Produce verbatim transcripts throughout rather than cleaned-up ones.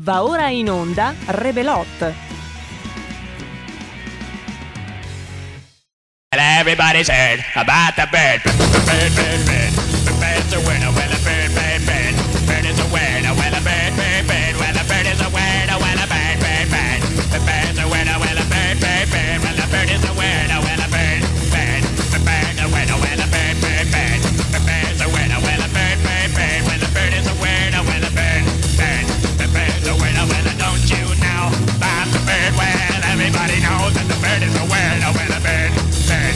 Va ora in onda Rebelot. Everybody's heard about the bird. Bird, bird, bird. The bird's a winner. Well, a bird, bird, bird. Bird is a winner. Well, a bird, bird, bird. Well, a bird is a winner. Well, a bird, bird, bird. The bird's a winner. Well, a bird, bird, bird. Well, a bird is a winner. Well, a bird, bird. The bird's a winner. Well, a bird, bird, bird. The bird's a winner. Well, a bird, bird, bird. Well, a bird is a winner. Well, a bird, bird. The bird's a winner. Well, don't you know about the bird? Well, everybody knows that the bird is a winner. Well, a bird, bird.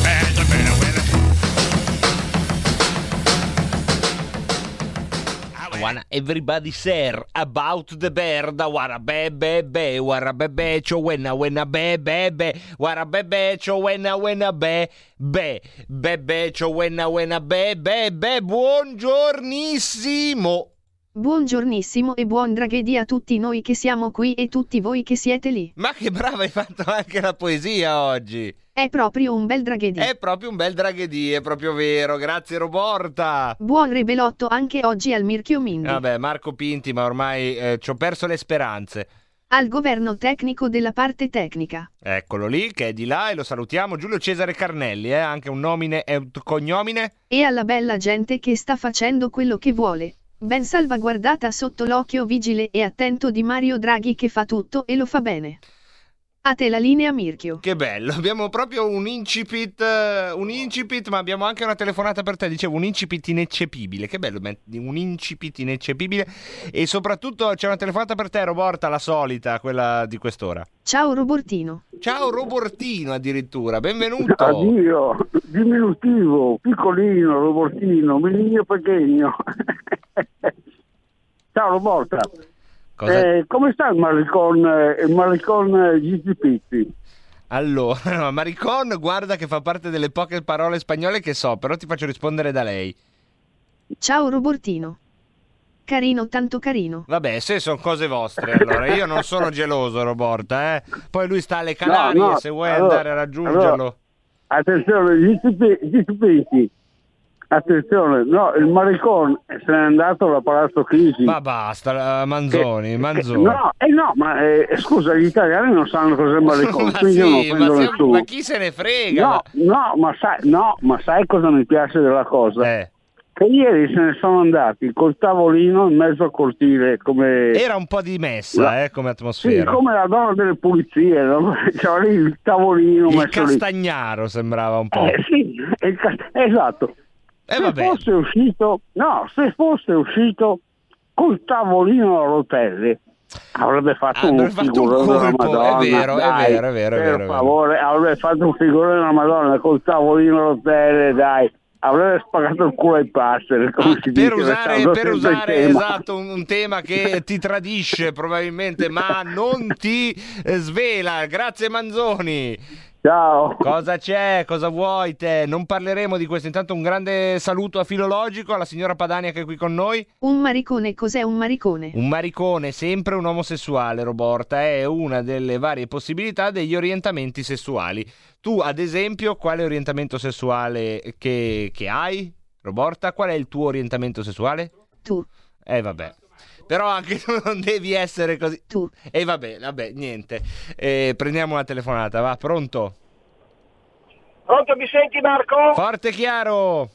Wanna everybody share about the bird. Wanna be be be. Wanna be be. Cho wenna wenna be be be. Wanna be be. Cho wenna wenna be be be be. Cho wenna wenna be be be. Buongiornissimo. Buongiornissimo e buon dragedì a tutti noi che siamo qui e tutti voi che siete lì. Ma che brava, hai fatto anche la poesia oggi. È proprio un bel dragedì. È proprio un bel dragedì, è proprio vero. Grazie Roborta. Buon rebelotto anche oggi al Mirchio Mindi. Vabbè, Marco Pinti, ma ormai eh, ci ho perso le speranze. Al governo tecnico della parte tecnica. Eccolo lì, che è di là, e lo salutiamo. Giulio Cesare Carnelli, eh, anche un nomine e un cognomine. E alla bella gente che sta facendo quello che vuole. Ben salvaguardata sotto l'occhio vigile e attento di Mario Draghi che fa tutto e lo fa bene. A te la linea, Mirchio. Che bello, abbiamo proprio un incipit, uh, un incipit, ma abbiamo anche una telefonata per te. Dicevo, un incipit ineccepibile. Che bello, un incipit ineccepibile. E soprattutto c'è una telefonata per te, Roborta, la solita, quella di quest'ora. Ciao Robortino. Ciao Robortino, addirittura, benvenuto. Addio, diminutivo, piccolino, Robortino, menino pequeño. Ciao Roborta. Eh, come sta il Maricon, eh, il Maricon Gigi Pizzi? Allora, Maricon, guarda che fa parte delle poche parole spagnole che so, però ti faccio rispondere da lei. Ciao Robortino. Carino, tanto carino. Vabbè, se sono cose vostre, allora io non sono geloso, Roborta, eh. Poi lui sta alle Canarie, no, no, se vuoi allora, andare a raggiungerlo. Allora, attenzione, Gigi Pizzi. Attenzione, no, il Maricon se n'è andato da Palazzo Chigi. Ma basta, Manzoni, che, Manzoni. Che, no, eh no, ma eh, scusa, gli italiani non sanno cos'è il Maricon, ma quindi sì, io non prendo ma, nessuno. ma chi se ne frega? No, no, ma sai, no, ma sai cosa mi piace della cosa? Eh. Che ieri se ne sono andati col tavolino in mezzo al cortile, come... Era un po' dimessa, la... eh, come atmosfera. Sì, come la donna delle pulizie, no? C'era lì il tavolino il messo Castagnaro lì. Sembrava un po'. Eh sì, il cast... esatto. Eh, se vabbè. fosse uscito, no, se fosse uscito col tavolino a rotelle, avrebbe fatto avrebbe un fatto figurone un della colpo, Madonna. è vero, dai, è vero, è vero, è per vero, è vero. favore, avrebbe fatto un figurone della Madonna col tavolino a rotelle, dai. Avrebbe spagato il culo ai passeri, come Ah, si per dice, usare, per usare tema. esatto un, un tema che ti tradisce probabilmente, ma non ti eh, svela. Grazie Manzoni. Ciao. Cosa c'è? Cosa vuoi te? Non parleremo di questo. Intanto un grande saluto a Filologico, alla signora Padania che è qui con noi. Un maricone, cos'è un maricone? Un maricone, sempre un omosessuale, Roborta, è una delle varie possibilità degli orientamenti sessuali. Tu, ad esempio, quale orientamento sessuale che, che hai, Roborta? Qual è il tuo orientamento sessuale? Tu. Eh, vabbè. Però anche tu non devi essere così. Tu. E eh, vabbè, vabbè, niente. Eh, prendiamo una telefonata, va, pronto? Pronto, mi senti Marco? Forte e chiaro.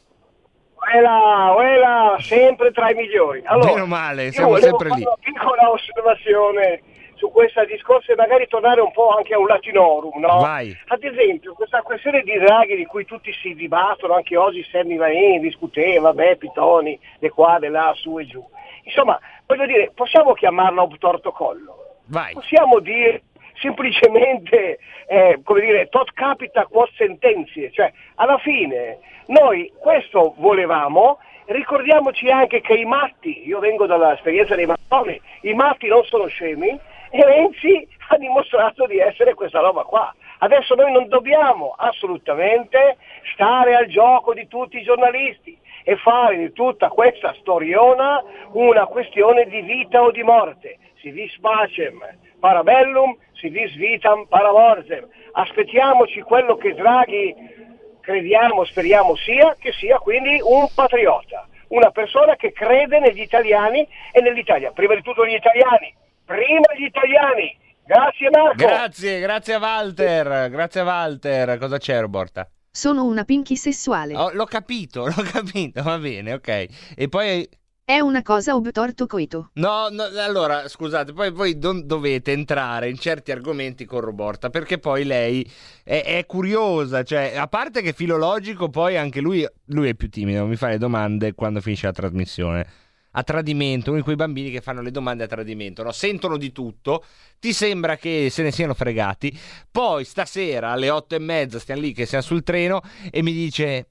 Uela, uela, sempre tra i migliori. Allora, meno male, siamo io sempre lì. Una piccola osservazione su questo discorso e magari tornare un po' anche a un latinorum, no? Vai. Ad esempio, questa questione di Draghi di cui tutti si dibattono, anche oggi Sammy Varin discuteva, vabbè, Pitoni, di qua, di là, su e giù. Insomma, voglio dire, possiamo chiamarla obtorto collo? Vai. Possiamo dire semplicemente, eh, come dire, tot capita quod sententie, cioè alla fine noi questo volevamo. Ricordiamoci anche che i matti, io vengo dall'esperienza dei mattoni, i matti non sono scemi e Renzi ha dimostrato di essere questa roba qua. Adesso noi non dobbiamo assolutamente stare al gioco di tutti i giornalisti e fare di tutta questa storiona una questione di vita o di morte. Si vis pacem, parabellum, si vis vitam, paramortem. Aspettiamoci quello che Draghi crediamo, speriamo sia, che sia quindi un patriota, una persona che crede negli italiani e nell'Italia, prima di tutto gli italiani, prima gli italiani. Grazie Marco. Grazie, grazie a Walter, grazie a Walter. Cosa c'è, Roborta? Sono una pinky sessuale. Oh, l'ho capito, l'ho capito, va bene, ok. E poi... È una cosa obtorto coito. No, no, allora, scusate, poi voi non dovete entrare in certi argomenti con Roborta, perché poi lei è, è curiosa, cioè, a parte che filologico, poi anche lui, lui è più timido, mi fa le domande quando finisce la trasmissione. A tradimento, uno di quei bambini che fanno le domande a tradimento, no? Sentono di tutto, ti sembra che se ne siano fregati, poi stasera alle otto e mezza stiamo lì che siamo sul treno e mi dice...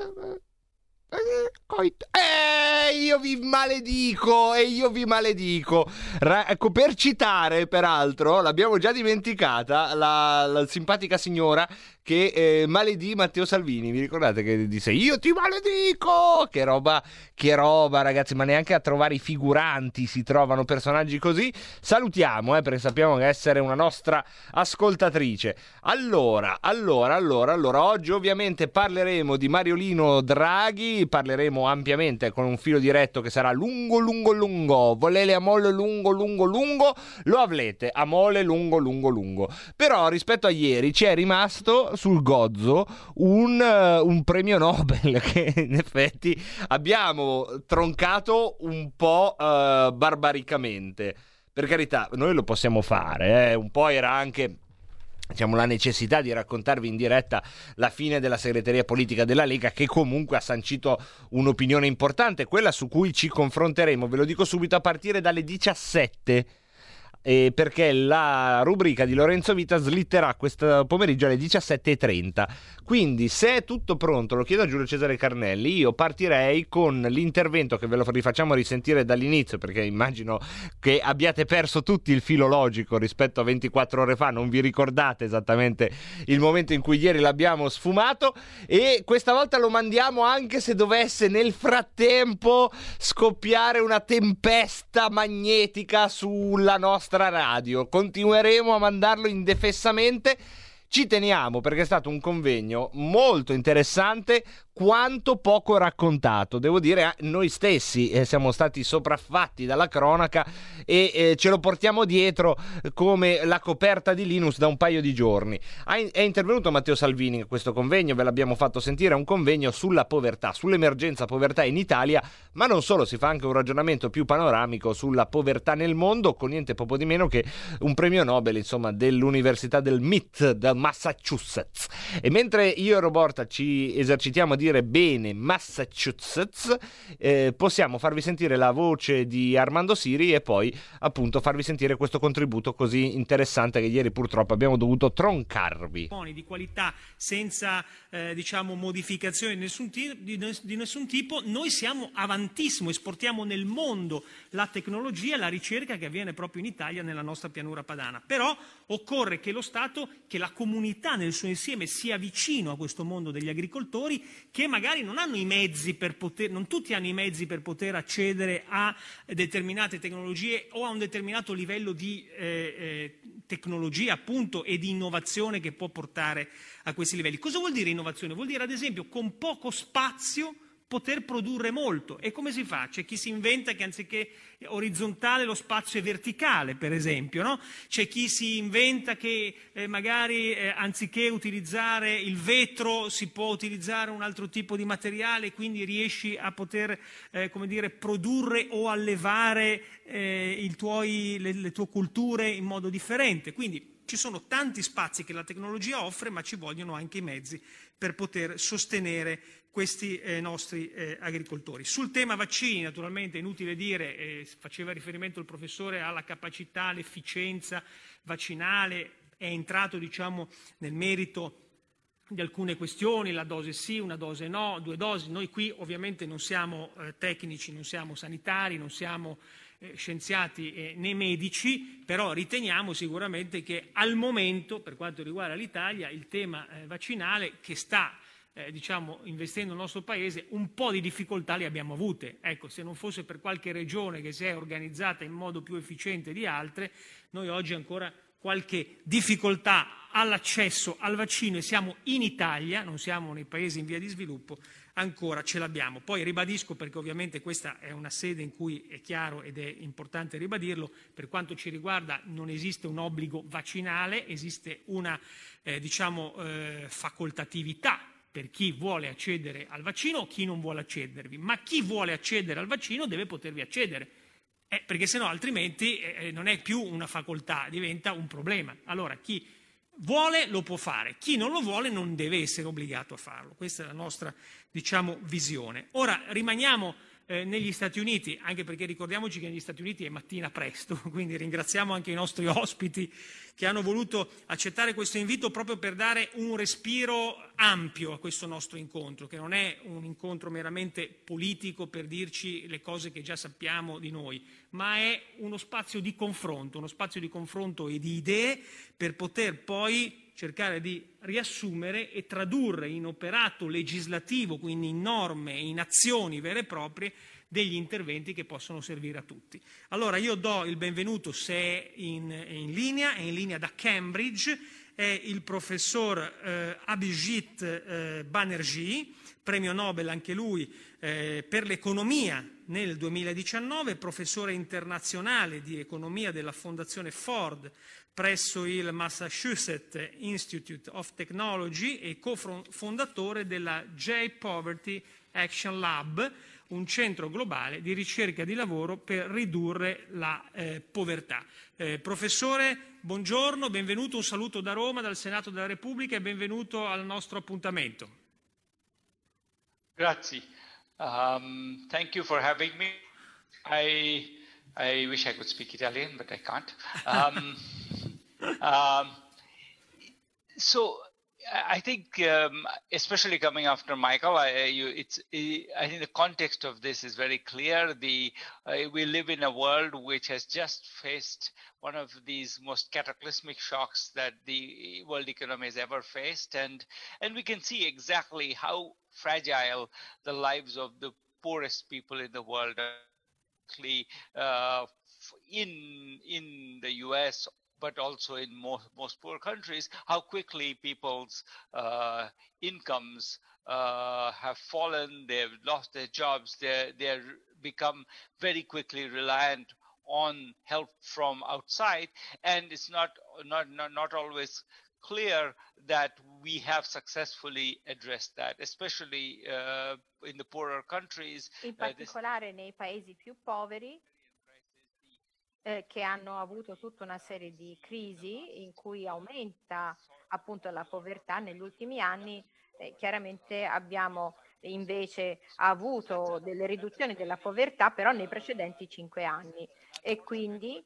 Eh, io vi maledico e io vi maledico. Ra- ecco, per citare, peraltro, l'abbiamo già dimenticata, la, la simpatica signora che eh, maledì Matteo Salvini. Vi ricordate che disse io ti maledico? Che roba, che roba, ragazzi, ma neanche a trovare i figuranti si trovano personaggi così. Salutiamo, eh, perché sappiamo che essere una nostra ascoltatrice. Allora, allora, allora, allora, oggi ovviamente parleremo di Mariolino Draghi, parleremo ampiamente con un filo diretto che sarà lungo, lungo, lungo. Volele a mole lungo, lungo, lungo, lo avrete a mole lungo, lungo, lungo. Però rispetto a ieri ci è rimasto sul gozzo un, uh, un premio Nobel che in effetti abbiamo troncato un po' uh, barbaricamente. Per carità, noi lo possiamo fare, eh? Un po' era anche, diciamo, la necessità di raccontarvi in diretta la fine della segreteria politica della Lega, che comunque ha sancito un'opinione importante, quella su cui ci confronteremo, ve lo dico subito, a partire dalle diciassette. Eh, perché la rubrica di Lorenzo Vita slitterà questo pomeriggio alle diciassette e trenta. Quindi, se è tutto pronto, lo chiedo a Giulio Cesare Carnelli, io partirei con l'intervento che ve lo rifacciamo risentire dall'inizio, perché immagino che abbiate perso tutti il filo logico rispetto a ventiquattro ore fa, non vi ricordate esattamente il momento in cui ieri l'abbiamo sfumato, e questa volta lo mandiamo anche se dovesse nel frattempo scoppiare una tempesta magnetica sulla nostra radio. Continueremo a mandarlo indefessamente. Ci teniamo perché è stato un convegno molto interessante, quanto poco raccontato. Devo dire, noi stessi eh, siamo stati sopraffatti dalla cronaca e eh, ce lo portiamo dietro come la coperta di Linus da un paio di giorni. È intervenuto Matteo Salvini a questo convegno, ve l'abbiamo fatto sentire, è un convegno sulla povertà, sull'emergenza povertà in Italia, ma non solo, si fa anche un ragionamento più panoramico sulla povertà nel mondo, con niente poco di meno che un premio Nobel, insomma, dell'università del M I T, del Massachusetts. E mentre io e Roborta ci esercitiamo a dire bene Massachusetts, eh, possiamo farvi sentire la voce di Armando Siri e poi appunto farvi sentire questo contributo così interessante che ieri purtroppo abbiamo dovuto troncarvi. Di qualità senza eh, diciamo modificazioni di nessun, ti- di, di nessun tipo, noi siamo avantissimo, esportiamo nel mondo la tecnologia, la ricerca che avviene proprio in Italia, nella nostra pianura padana. Però occorre che lo Stato, che la comunità nel suo insieme sia vicino a questo mondo degli agricoltori, che magari non hanno i mezzi per poter, non tutti hanno i mezzi per poter accedere a determinate tecnologie o a un determinato livello di eh, eh, tecnologia appunto e di innovazione che può portare a questi livelli. Cosa vuol dire innovazione? Vuol dire ad esempio con poco spazio poter produrre molto. E come si fa? C'è chi si inventa che anziché orizzontale lo spazio è verticale, per esempio, no? C'è chi si inventa che eh, magari eh, anziché utilizzare il vetro si può utilizzare un altro tipo di materiale, quindi riesci a poter eh, come dire, produrre o allevare eh, il tuoi, le, le tue culture in modo differente. Quindi ci sono tanti spazi che la tecnologia offre, ma ci vogliono anche i mezzi per poter sostenere questi eh, nostri eh, agricoltori. Sul tema vaccini, naturalmente è inutile dire, eh, faceva riferimento il professore alla capacità, l'efficienza vaccinale, è entrato diciamo nel merito di alcune questioni, la dose sì, una dose no, due dosi. Noi qui ovviamente non siamo eh, tecnici, non siamo sanitari, non siamo eh, scienziati eh, né medici, però riteniamo sicuramente che al momento, per quanto riguarda l'Italia, il tema eh, vaccinale che sta Eh, diciamo, investendo il nostro Paese, un po' di difficoltà le abbiamo avute. Ecco, se non fosse per qualche regione che si è organizzata in modo più efficiente di altre, noi oggi ancora qualche difficoltà all'accesso al vaccino, e siamo in Italia, non siamo nei paesi in via di sviluppo, ancora ce l'abbiamo. Poi ribadisco, perché ovviamente questa è una sede in cui è chiaro ed è importante ribadirlo, per quanto ci riguarda non esiste un obbligo vaccinale, esiste una eh, diciamo, eh, facoltatività per chi vuole accedere al vaccino o chi non vuole accedervi, ma chi vuole accedere al vaccino deve potervi accedere, eh, perché sennò altrimenti eh, non è più una facoltà, diventa un problema. Allora chi vuole lo può fare, chi non lo vuole non deve essere obbligato a farlo. Questa è la nostra, diciamo, visione. Ora rimaniamo eh, negli Stati Uniti, anche perché ricordiamoci che negli Stati Uniti è mattina presto, quindi ringraziamo anche i nostri ospiti che hanno voluto accettare questo invito proprio per dare un respiro ampio a questo nostro incontro, che non è un incontro meramente politico per dirci le cose che già sappiamo di noi, ma è uno spazio di confronto, uno spazio di confronto e di idee per poter poi cercare di riassumere e tradurre in operato legislativo, quindi in norme e in azioni vere e proprie, degli interventi che possono servire a tutti. Allora io do il benvenuto, se è in, è in linea, è in linea da Cambridge, è il professor eh, Abhijit eh, Banerjee, premio Nobel anche lui eh, per l'economia nel duemiladiciannove, professore internazionale di economia della Fondazione Ford presso il Massachusetts Institute of Technology e cofondatore della J-Poverty Action Lab, un centro globale di ricerca di lavoro per ridurre la eh, povertà. Eh, professore, buongiorno, benvenuto, un saluto da Roma, dal Senato della Repubblica e benvenuto al nostro appuntamento. Grazie. Um, thank you for having me. I, I wish I could speak Italian, but I can't. Um, um, so, I think, um, especially coming after Michael, I, you, it's, I think the context of this is very clear. The, uh, we live in a world which has just faced one of these most cataclysmic shocks that the world economy has ever faced. And, and we can see exactly how fragile the lives of the poorest people in the world are. Uh, in, in the U S, but also in most, most poor countries, how quickly people's uh, incomes uh, have fallen, they've lost their jobs, they're, they're become very quickly reliant on help from outside, and it's not, not, not, not always clear that we have successfully addressed that, especially uh, in the poorer countries. In particolare uh, nei paesi più poveri, Eh, che hanno avuto tutta una serie di crisi in cui aumenta appunto la povertà negli ultimi anni. Eh, chiaramente abbiamo invece avuto delle riduzioni della povertà però nei precedenti cinque anni e quindi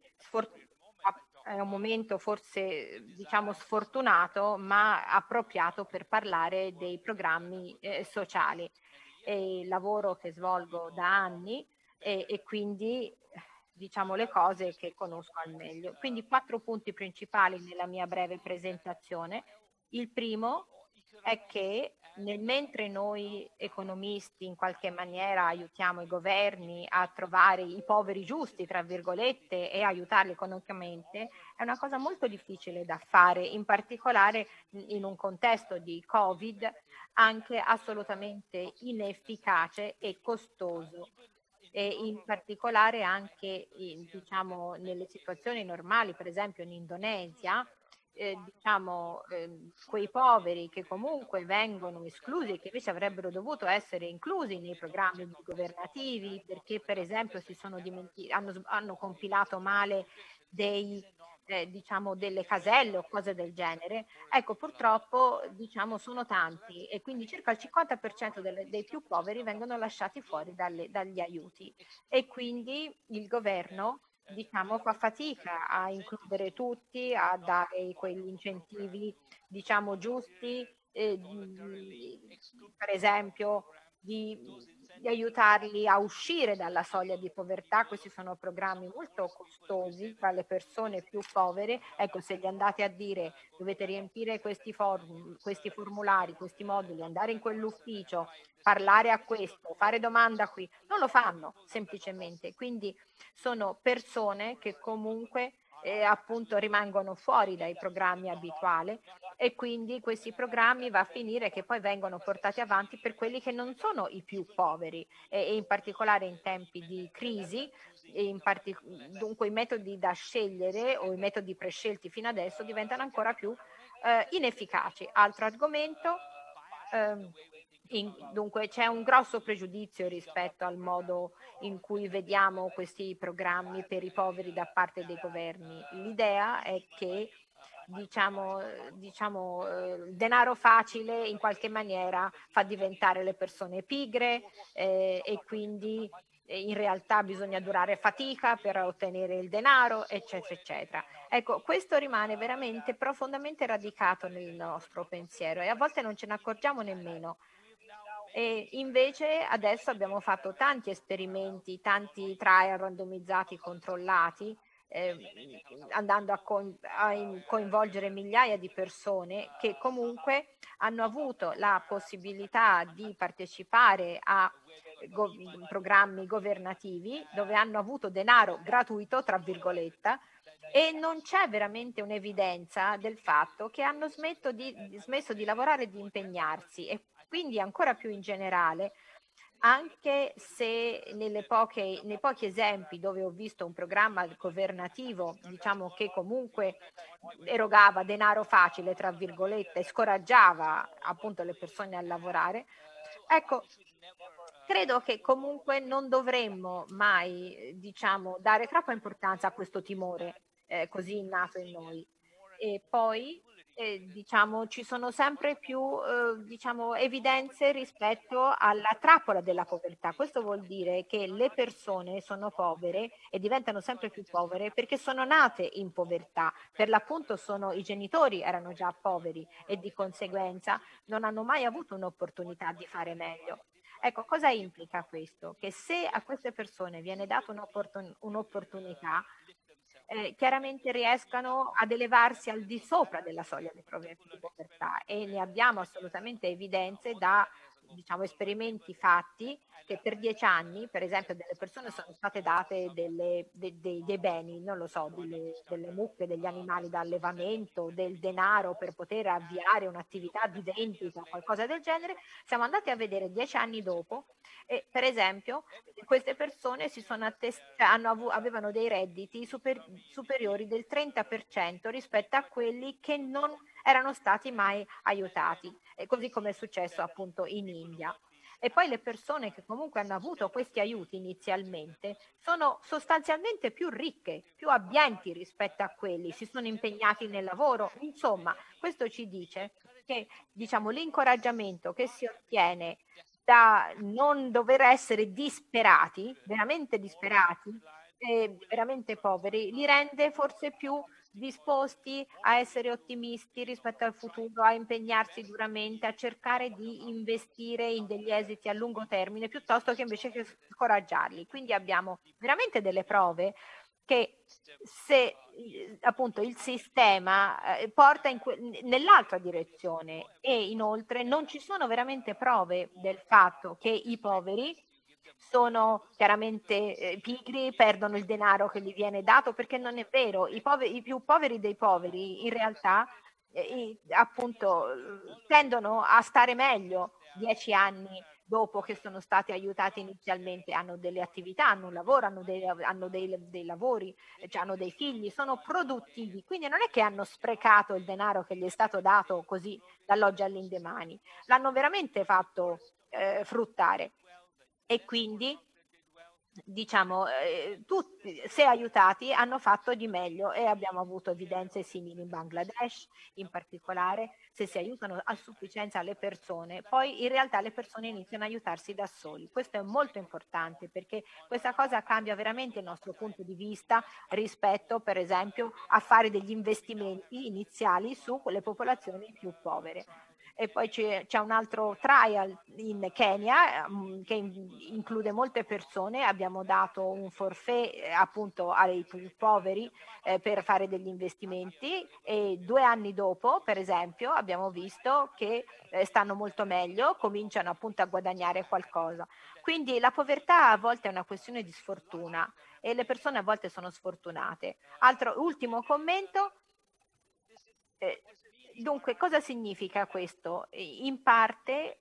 è un momento forse diciamo sfortunato ma appropriato per parlare dei programmi eh, sociali. È il lavoro che svolgo da anni e, e quindi diciamo le cose che conosco al meglio. Quindi quattro punti principali nella mia breve presentazione. Il primo è che nel mentre noi economisti in qualche maniera aiutiamo i governi a trovare i poveri giusti, tra virgolette, e aiutarli economicamente, è una cosa molto difficile da fare, in particolare in un contesto di Covid anche assolutamente inefficace e costoso. E in particolare anche in, diciamo, nelle situazioni normali, per esempio in Indonesia, eh, diciamo, eh, quei poveri che comunque vengono esclusi e che invece avrebbero dovuto essere inclusi nei programmi governativi perché per esempio si sono dimenti- hanno, hanno compilato male dei Eh, diciamo delle caselle o cose del genere, ecco purtroppo diciamo sono tanti e quindi circa il cinquanta per cento delle, dei più poveri vengono lasciati fuori dalle, dagli aiuti e quindi il governo diciamo fa fatica a includere tutti, a dare quegli incentivi diciamo giusti, eh, di, per esempio di, di aiutarli a uscire dalla soglia di povertà. Questi sono programmi molto costosi tra le persone più povere. Ecco, se gli andate a dire dovete riempire questi, form, questi formulari, questi moduli, andare in quell'ufficio, parlare a questo, fare domanda qui, non lo fanno semplicemente. Quindi sono persone che comunque eh, appunto rimangono fuori dai programmi abituali e quindi questi programmi va a finire che poi vengono portati avanti per quelli che non sono i più poveri e, e in particolare in tempi di crisi. E in partic- dunque i metodi da scegliere o i metodi prescelti fino adesso diventano ancora più eh, inefficaci. Altro argomento. ehm, in- dunque c'è un grosso pregiudizio rispetto al modo in cui vediamo questi programmi per i poveri da parte dei governi. L'idea è che diciamo, eh, diciamo eh, il denaro facile in qualche maniera fa diventare le persone pigre eh, e quindi eh, in realtà bisogna durare fatica per ottenere il denaro, eccetera, eccetera. Ecco, questo rimane veramente profondamente radicato nel nostro pensiero e a volte non ce ne accorgiamo nemmeno. E invece adesso abbiamo fatto tanti esperimenti, tanti trial randomizzati controllati, eh, andando a, co- a in- coinvolgere migliaia di persone che comunque hanno avuto la possibilità di partecipare a go- programmi governativi dove hanno avuto denaro gratuito, tra virgolette, e non c'è veramente un'evidenza del fatto che hanno smetto di, smesso di lavorare e di impegnarsi e quindi ancora più in generale, anche se nelle poche, nei pochi esempi dove ho visto un programma governativo, diciamo che comunque erogava denaro facile, tra virgolette, e scoraggiava appunto le persone a lavorare, ecco, credo che comunque non dovremmo mai, diciamo, dare troppa importanza a questo timore eh, così innato in noi. E poi eh, diciamo, ci sono sempre più eh, diciamo, evidenze rispetto alla trappola della povertà. Questo vuol dire che le persone sono povere e diventano sempre più povere perché sono nate in povertà. Per l'appunto sono, i genitori erano già poveri e di conseguenza non hanno mai avuto un'opportunità di fare meglio. Ecco, cosa implica questo? Che se a queste persone viene data un'opportun- un'opportunità, eh, chiaramente riescano ad elevarsi al di sopra della soglia di povertà e ne abbiamo assolutamente evidenze da diciamo, esperimenti fatti che per dieci anni, per esempio, delle persone sono state date delle, de, de, dei beni, non lo so, delle, delle mucche, degli animali da allevamento, del denaro per poter avviare un'attività di vendita, qualcosa del genere. Siamo andati a vedere dieci anni dopo e, per esempio, queste persone si sono attest- hanno avu- avevano dei redditi super, superiori del trenta per cento rispetto a quelli che non erano stati mai aiutati, e così come è successo appunto in India. E poi le persone che comunque hanno avuto questi aiuti inizialmente sono sostanzialmente più ricche, più abbienti rispetto a quelli, si sono impegnati nel lavoro. Insomma, questo ci dice che diciamo, l'incoraggiamento che si ottiene da non dover essere disperati, veramente disperati, e veramente poveri, li rende forse più disposti a essere ottimisti rispetto al futuro, a impegnarsi duramente, a cercare di investire in degli esiti a lungo termine piuttosto che invece che scoraggiarli. Quindi abbiamo veramente delle prove che se appunto il sistema eh, porta in que- nell'altra direzione e inoltre non ci sono veramente prove del fatto che i poveri sono chiaramente eh, pigri, perdono il denaro che gli viene dato, perché non è vero, i, poveri, i più poveri dei poveri in realtà eh, i, appunto tendono a stare meglio dieci anni dopo che sono stati aiutati inizialmente, hanno delle attività, hanno un lavoro, hanno dei, hanno dei, dei lavori, cioè hanno dei figli, sono produttivi, quindi non è che hanno sprecato il denaro che gli è stato dato così dall'oggi all'indomani, l'hanno veramente fatto eh, fruttare. E quindi diciamo eh, tutti se aiutati hanno fatto di meglio e abbiamo avuto evidenze simili in Bangladesh in particolare. Se si aiutano a sufficienza le persone, poi in realtà le persone iniziano a aiutarsi da soli. Questo è molto importante perché questa cosa cambia veramente il nostro punto di vista rispetto per esempio a fare degli investimenti iniziali su quelle popolazioni più povere. E poi c'è, c'è un altro trial in Kenya mh, che in, include molte persone. Abbiamo dato un forfait eh, appunto ai più poveri eh, per fare degli investimenti, e due anni dopo, per esempio, abbiamo visto che eh, stanno molto meglio, cominciano appunto a guadagnare qualcosa. Quindi la povertà a volte è una questione di sfortuna e le persone a volte sono sfortunate. Altro ultimo commento. Eh, Dunque, cosa significa questo? In parte,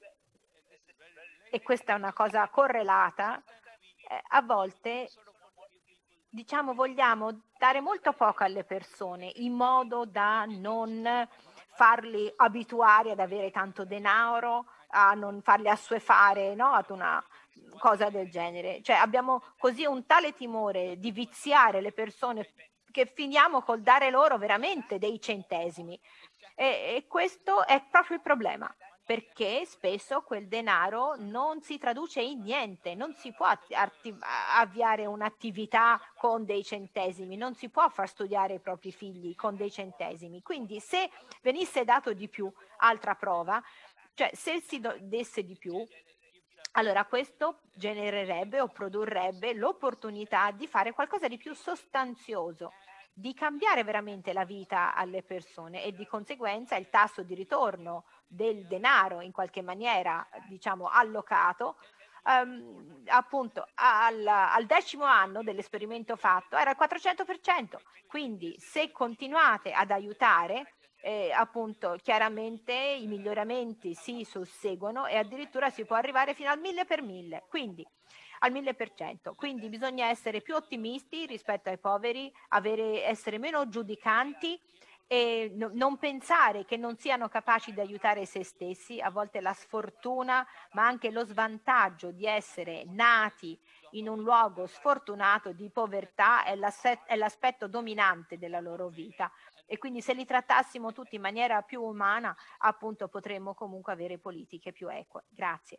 e questa è una cosa correlata, eh, a volte, diciamo, vogliamo dare molto poco alle persone in modo da non farli abituare ad avere tanto denaro, a non farli assuefare, no, ad una cosa del genere. Cioè abbiamo così un tale timore di viziare le persone che finiamo col dare loro veramente dei centesimi. E, e questo è proprio il problema, perché spesso quel denaro non si traduce in niente, non si può atti- avviare un'attività con dei centesimi, non si può far studiare i propri figli con dei centesimi. Quindi se venisse dato di più, altra prova, cioè se si do- desse di più, allora questo genererebbe o produrrebbe l'opportunità di fare qualcosa di più sostanzioso, di cambiare veramente la vita alle persone, e di conseguenza il tasso di ritorno del denaro in qualche maniera, diciamo, allocato, um, appunto al, al decimo anno dell'esperimento fatto era il quattrocento per cento. Quindi se continuate ad aiutare, eh, appunto chiaramente i miglioramenti si susseguono e addirittura si può arrivare fino al mille per mille. Quindi al mille per cento. Quindi bisogna essere più ottimisti rispetto ai poveri, avere, essere meno giudicanti e no, non pensare che non siano capaci di aiutare se stessi. A volte la sfortuna, ma anche lo svantaggio di essere nati in un luogo sfortunato di povertà è, è l'aspetto dominante della loro vita. E quindi se li trattassimo tutti in maniera più umana, appunto potremmo comunque avere politiche più eque. Grazie.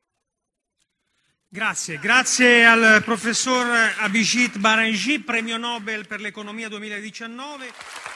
Grazie, grazie al professor Abhijit Banerjee, premio Nobel per l'economia duemiladiciannove.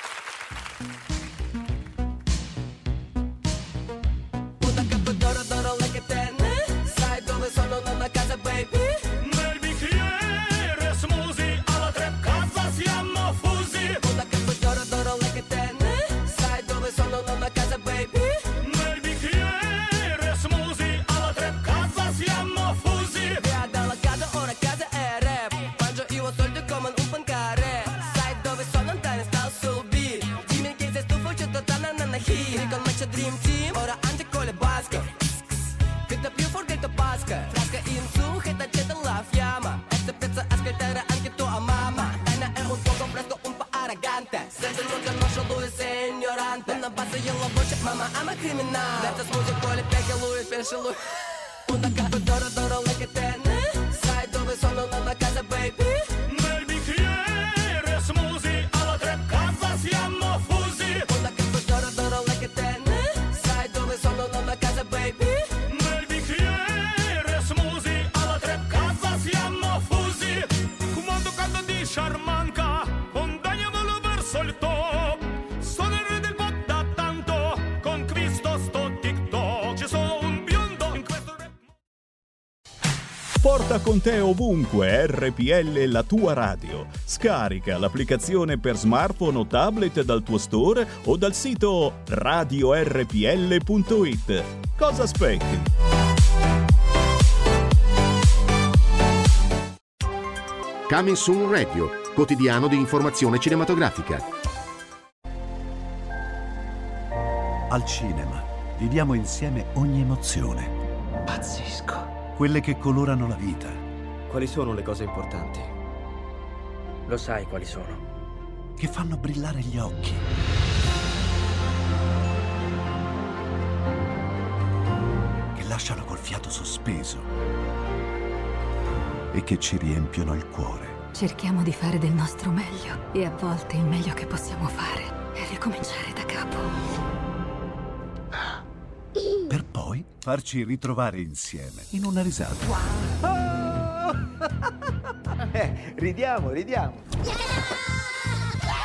Sai dove sono, nonna casa baby? Nel bicchiere smoothie, alla tre casa siamo fusi. Una capo d'oro, d'oro le che tenne. Sai dove sono, nonna casa baby? Nel bicchiere smoothie, alla tre casa siamo fusi. Via dalla casa, ora casa è rap. Mangio io ho soldi come un pancare. Sai dove sono, te sta sul beat. Dimmi che sei stufo, c'è totale nana hit. Con me c'è Dream Team, ora anche con le basche. Che più forgetto basca. Frasca in su, che t'accetta la fiamma. E se pensa ascoltare anche tua mamma. Tena è un fuoco fresco, un po' arrogante. Senza non conosce lui, sei ignorante. Una bassa io la voce, mamma ama criminale. Detta smoothie, poi le pecche lui, pensa lui. Una capo d'oro, d'oro le che tenne. Sai dove sono, nonna casa baby? Nel bicchiere smoothie, alla tre casa siamo fusi. Una capo d'oro, d'oro le che tenne. Sai dove sono, nonna casa baby? Nel bicchiere smoothie, alla tre casa siamo fusi. Comando canto di Sharmanka, condagliamolo verso il top. Sono il re del pop da tanto, conquisto sto TikTok. Ci sono un biondo in questo rap. Porta con te ovunque R P L, la tua radio. Scarica l'applicazione per smartphone o tablet dal tuo store o dal sito radio r p l punto i t. Cosa aspetti? Coming Soon Radio, quotidiano di informazione cinematografica. Al cinema viviamo insieme ogni emozione. Pazzesco. Quelle che colorano la vita. Quali sono le cose importanti? Lo sai quali sono? Che fanno brillare gli occhi. Che lasciano col fiato sospeso. E che ci riempiono il cuore. Cerchiamo di fare del nostro meglio. E a volte il meglio che possiamo fare è ricominciare da capo. Per poi farci ritrovare insieme in una risata. Wow. eh, ridiamo, ridiamo.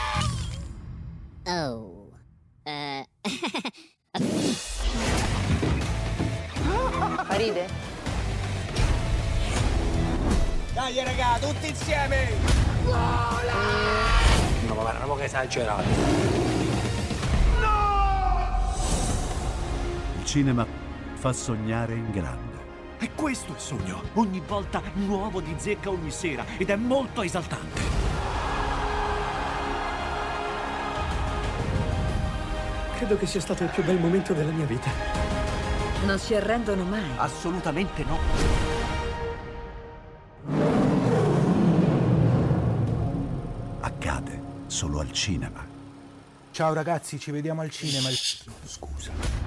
Oh. Uh. Dai raga, tutti insieme! Vola! No, ma guarda, non che esagerato. Il cinema fa sognare in grande. E questo è il sogno. Ogni volta nuovo di zecca ogni sera ed è molto esaltante. Credo che sia stato il più bel momento della mia vita. Non si arrendono mai. Assolutamente no. Accade solo al cinema. Ciao ragazzi, ci vediamo al cinema. Scusa.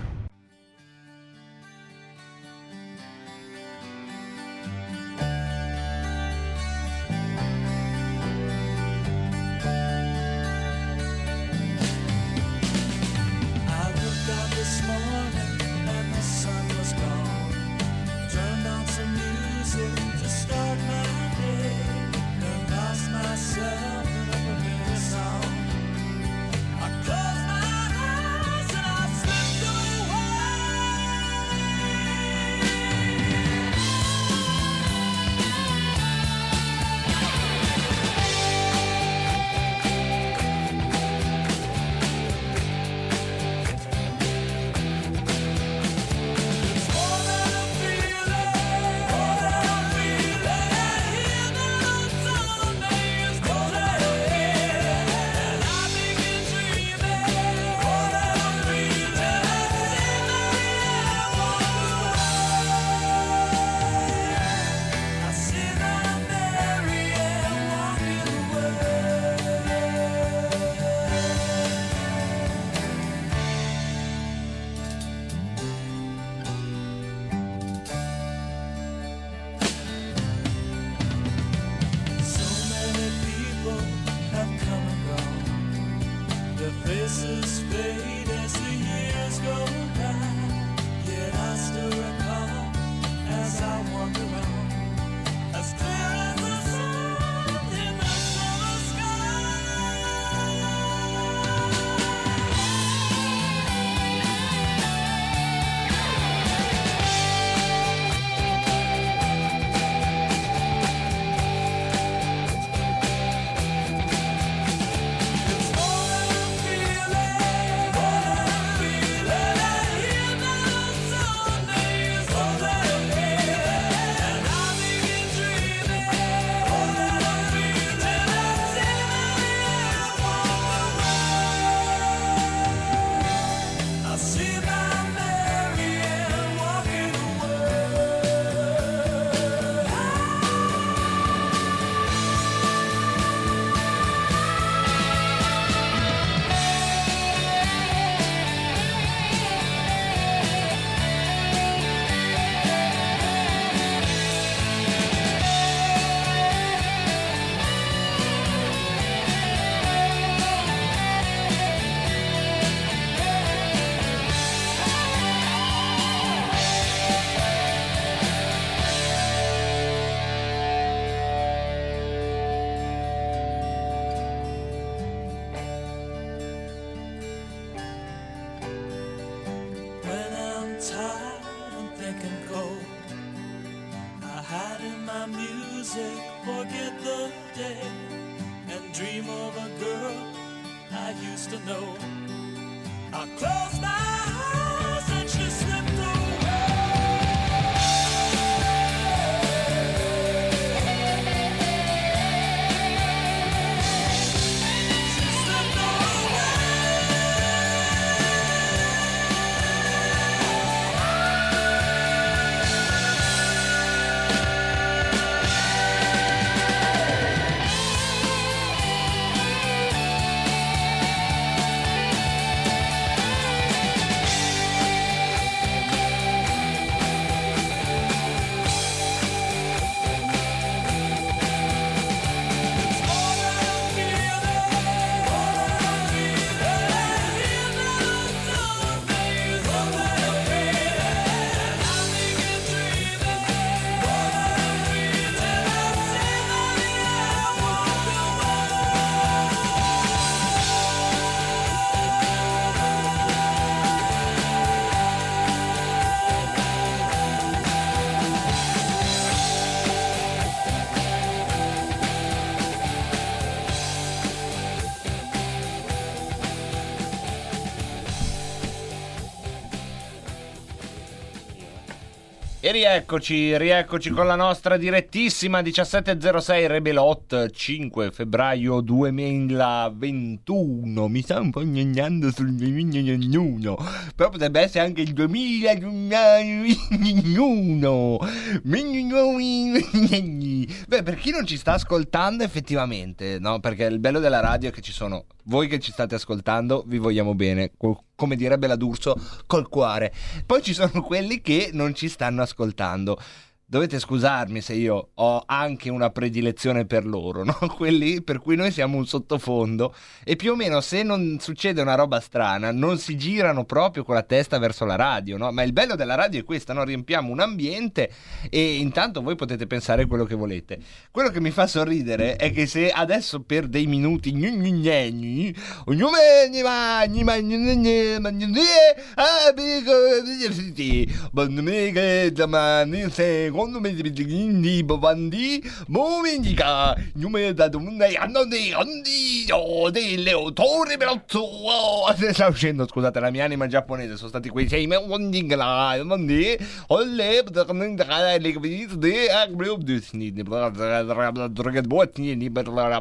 E rieccoci, rieccoci con la nostra direttissima diciassette e zero sei Rebelot, cinque febbraio duemilaventuno. Mi sta un po' gnagnando sul duemilaventuno, però potrebbe essere anche il duemilaventuno. Beh, per chi non ci sta ascoltando effettivamente, no? Perché il bello della radio è che ci sono voi che ci state ascoltando, vi vogliamo bene, come direbbe la D'Urso, col cuore. Poi ci sono quelli che non ci stanno ascoltando. Dovete scusarmi se io ho anche una predilezione per loro, no? Quelli per cui noi siamo un sottofondo e più o meno se non succede una roba strana non si girano proprio con la testa verso la radio, no? Ma il bello della radio è questo, no? Riempiamo un ambiente e intanto voi potete pensare quello che volete. Quello che mi fa sorridere è che se adesso per dei minuti secondo me di bandi momenica numero da domande hanno dei andio delle autore belotto sta uscendo, scusate la mia anima giapponese, sono stati quei sei mondi la mondi olle da le di Disney draghet botni di per la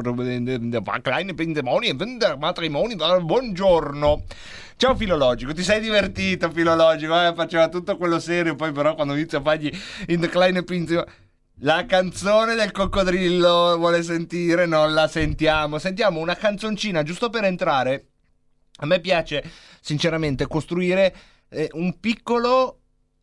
kleine pandemoni e matrimoni. Buongiorno. Ciao Filologico, ti sei divertito Filologico? Eh? Faceva tutto quello serio, poi però quando inizia a fargli in the kleine Prince la canzone del coccodrillo vuole sentire, non la sentiamo. Sentiamo una canzoncina giusto per entrare. A me piace sinceramente costruire eh, un piccolo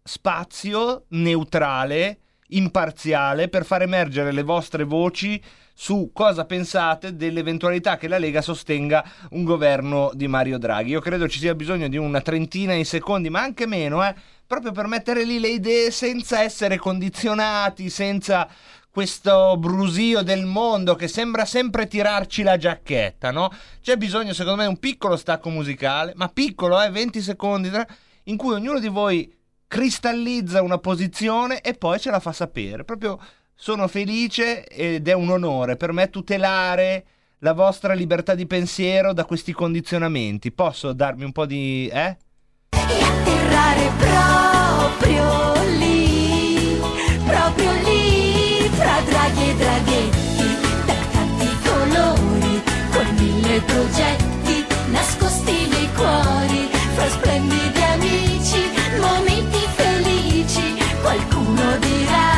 spazio neutrale, imparziale, per far emergere le vostre voci su cosa pensate dell'eventualità che la Lega sostenga un governo di Mario Draghi. Io credo ci sia bisogno di una trentina di secondi, ma anche meno, eh, proprio per mettere lì le idee senza essere condizionati, senza questo brusio del mondo che sembra sempre tirarci la giacchetta, no? C'è bisogno, secondo me, di un piccolo stacco musicale, ma piccolo, eh, venti secondi, in cui ognuno di voi cristallizza una posizione e poi ce la fa sapere. Proprio sono felice ed è un onore per me tutelare la vostra libertà di pensiero da questi condizionamenti. Posso darmi un po' di... eh? E atterrare proprio lì, proprio lì, fra draghi e draghetti, da tanti colori, con mille progetti, nascosti nei cuori, fra splendidi amici, momenti felici, qualcuno dirà,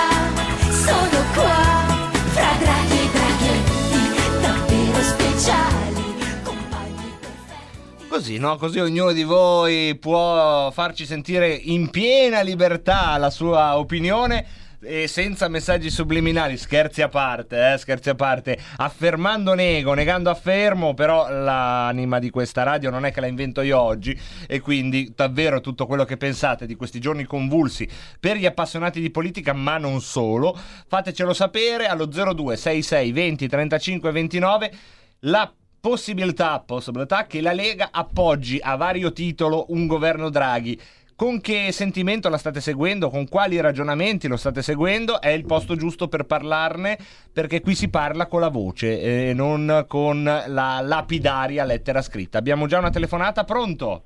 sono qua, fra draghi e draghetti, davvero speciali, compagni perfetti. Così, no? Così ognuno di voi può farci sentire in piena libertà la sua opinione e senza messaggi subliminali, scherzi a parte, eh, scherzi a parte, affermando nego, negando affermo, però l'anima di questa radio non è che la invento io oggi e quindi davvero tutto quello che pensate di questi giorni convulsi per gli appassionati di politica, ma non solo, fatecelo sapere allo zero due sei sei venti trentacinque ventinove. La possibilità, possibilità che la Lega appoggi a vario titolo un governo Draghi. Con che sentimento la state seguendo? Con quali ragionamenti lo state seguendo? È il posto giusto per parlarne, perché qui si parla con la voce e non con la lapidaria lettera scritta. Abbiamo già una telefonata, pronto?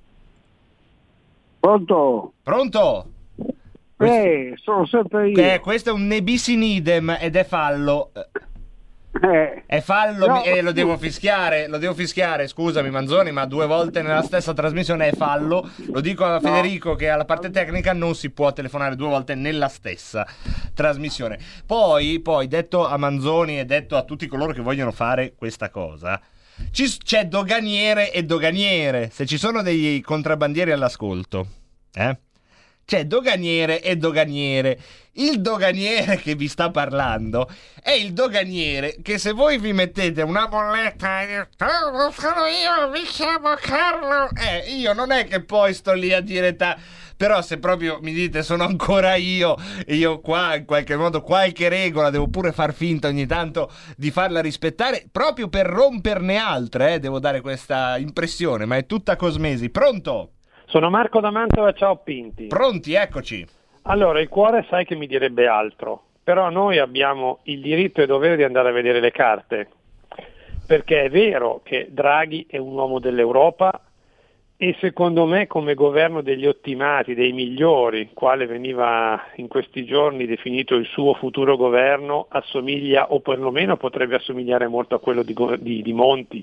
Pronto? Pronto? Eh, sono sempre io. Eh, questo è un nebis in idem ed è fallo. Eh, è fallo no, e eh, lo devo fischiare, lo devo fischiare, scusami Manzoni, ma due volte nella stessa trasmissione è fallo. Lo dico a Federico che alla parte tecnica non si può telefonare due volte nella stessa trasmissione. Poi, poi detto a Manzoni e detto a tutti coloro che vogliono fare questa cosa, ci, c'è doganiere e doganiere. Se ci sono dei contrabbandieri all'ascolto, eh? C'è doganiere e doganiere. Il doganiere che vi sta parlando è il doganiere che se voi vi mettete una bolletta e oh, lo sono io, mi chiamo Carlo, eh, io non è che poi sto lì a dire ta... Però se proprio mi dite sono ancora io e io qua in qualche modo qualche regola devo pure far finta ogni tanto di farla rispettare proprio per romperne altre, eh, devo dare questa impressione, ma è tutta cosmesi. Pronto? Sono Marco da Mantova, ciao Pinti. Pronti, eccoci. Allora, il cuore sai che mi direbbe altro, però noi abbiamo il diritto e il dovere di andare a vedere le carte, perché è vero che Draghi è un uomo dell'Europa, E secondo me come governo degli ottimati, dei migliori, quale veniva in questi giorni definito il suo futuro governo, assomiglia o perlomeno potrebbe assomigliare molto a quello di, di, di Monti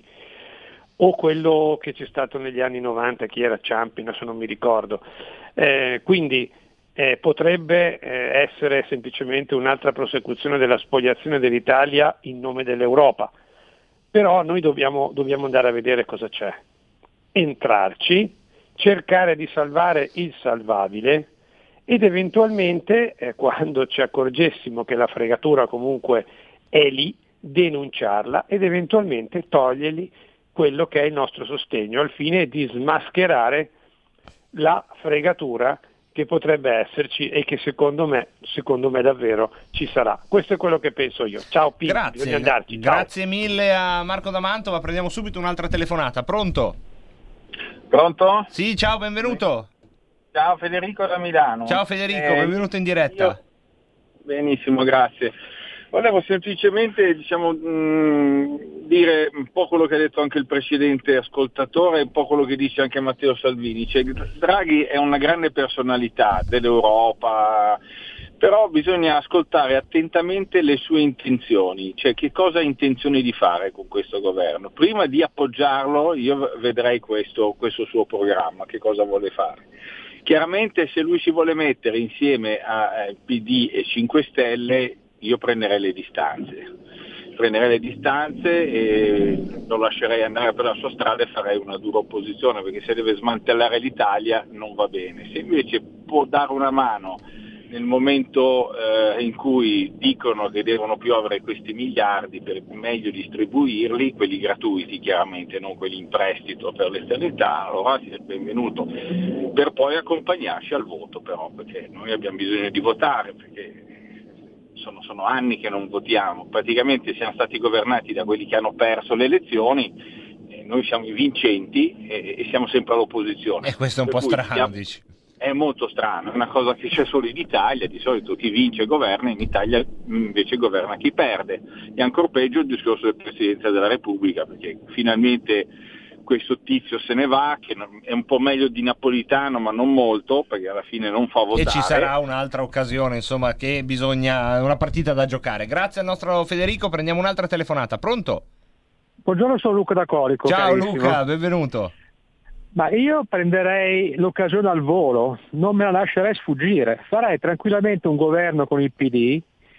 o quello che c'è stato negli anni novanta, chi era Ciampi, adesso non mi ricordo. Eh, quindi eh, potrebbe eh, essere semplicemente un'altra prosecuzione della spoliazione dell'Italia in nome dell'Europa, però noi dobbiamo, dobbiamo andare a vedere cosa c'è. Entrarci, cercare di salvare il salvabile ed eventualmente, eh, quando ci accorgessimo che la fregatura comunque è lì, denunciarla ed eventualmente togliergli quello che è il nostro sostegno al fine di smascherare la fregatura che potrebbe esserci e che secondo me, secondo me davvero ci sarà. Questo è quello che penso io. Ciao Pino, bisogna andarci. Ciao. Grazie mille a Marco da Mantova, prendiamo subito un'altra telefonata. Pronto? Pronto? Sì, ciao, benvenuto. Ciao Federico da Milano. Ciao Federico, Eh, benvenuto in diretta. io- Benissimo, grazie. Volevo semplicemente diciamo, mh, dire un po' quello che ha detto anche il precedente ascoltatore e un po' quello che dice anche Matteo Salvini. Cioè, Draghi è una grande personalità dell'Europa, però bisogna ascoltare attentamente le sue intenzioni, cioè che cosa ha intenzione di fare con questo governo. Prima di appoggiarlo io vedrei questo, questo suo programma, che cosa vuole fare. Chiaramente se lui si vuole mettere insieme a eh, P D e cinque Stelle io prenderei le distanze, prenderei le distanze e lo lascerei andare per la sua strada e farei una dura opposizione, perché se deve smantellare l'Italia non va bene. Se invece può dare una mano nel momento eh, in cui dicono che devono piovere questi miliardi per meglio distribuirli, quelli gratuiti chiaramente, non quelli in prestito per le sanità, allora sia il benvenuto, per poi accompagnarci al voto però, perché noi abbiamo bisogno di votare, perché sono, sono anni che non votiamo, praticamente siamo stati governati da quelli che hanno perso le elezioni, eh, noi siamo i vincenti e, e siamo sempre all'opposizione. E questo è un Per po' cui strano, siamo- dici. È molto strano, è una cosa che c'è solo in Italia, di solito chi vince e governa, in Italia invece governa chi perde. E ancora peggio il discorso del Presidente della Repubblica, perché finalmente questo tizio se ne va, che non- è un po' meglio di Napolitano ma non molto, perché alla fine non fa votare. E ci sarà un'altra occasione, insomma, che bisogna, una partita da giocare. Grazie al nostro Federico, prendiamo un'altra telefonata. Pronto? Buongiorno, sono Luca da Corico. Ciao carissimo. Luca, benvenuto. Ma io prenderei l'occasione al volo, non me la lascerei sfuggire. Farei tranquillamente un governo con il P D,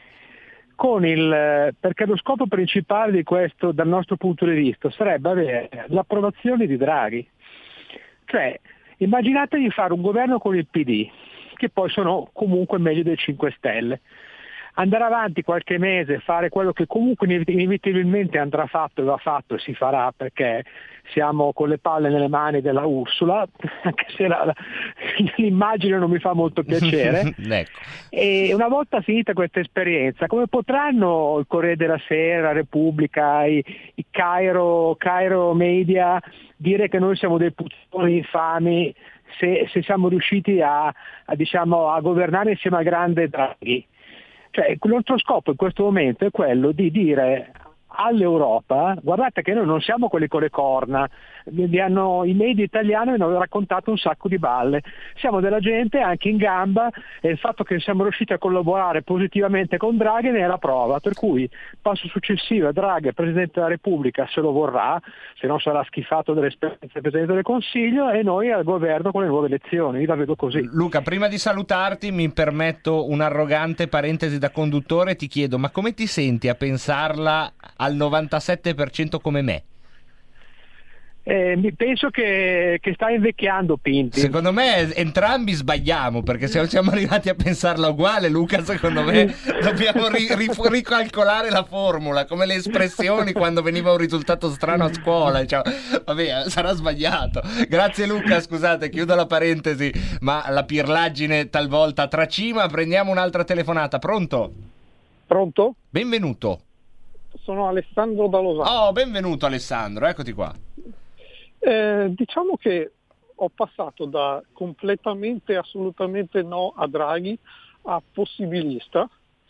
con il, perché lo scopo principale di questo, dal nostro punto di vista, sarebbe avere l'approvazione di Draghi. Cioè, immaginate di fare un governo con il P D, che poi sono comunque meglio dei cinque Stelle. Andare avanti qualche mese, fare quello che comunque inevitabilmente andrà fatto e va fatto e si farà, perché siamo con le palle nelle mani della Ursula, anche se la, la, l'immagine non mi fa molto piacere. Ecco. E una volta finita questa esperienza, come potranno il Corriere della Sera, Repubblica, i, i Cairo, Cairo Media dire che noi siamo dei puttani infami se, se siamo riusciti a, a, diciamo, a governare insieme al grande Draghi? Cioè, il nostro scopo in questo momento è quello di dire all'Europa: guardate che noi non siamo quelli con le corna, li hanno, i media italiani hanno raccontato un sacco di balle, siamo della gente anche in gamba e il fatto che siamo riusciti a collaborare positivamente con Draghi ne è la prova, per cui passo successivo a Draghi, Presidente della Repubblica, se lo vorrà, se non sarà schifato dall'esperienza del Presidente del Consiglio, e noi al governo con le nuove elezioni. Io la vedo così. Luca, prima di salutarti mi permetto un'arrogante parentesi da conduttore e ti chiedo: ma come ti senti a pensarla al novantasette per cento come me? Eh, mi penso che, che sta invecchiando Pinti. Secondo me entrambi sbagliamo, perché se siamo arrivati a pensarla uguale, Luca, secondo me dobbiamo ri- ri- ricalcolare la formula, come le espressioni quando veniva un risultato strano a scuola. Cioè, vabbè, sarà sbagliato. Grazie Luca, scusate, chiudo la parentesi, ma la pirlaggine talvolta tracima. Prendiamo un'altra telefonata. Pronto? Pronto? Benvenuto. Sono Alessandro da Losanna. Oh, benvenuto Alessandro, eccoti qua. Eh, diciamo che ho passato da completamente, assolutamente no a Draghi a possibilista,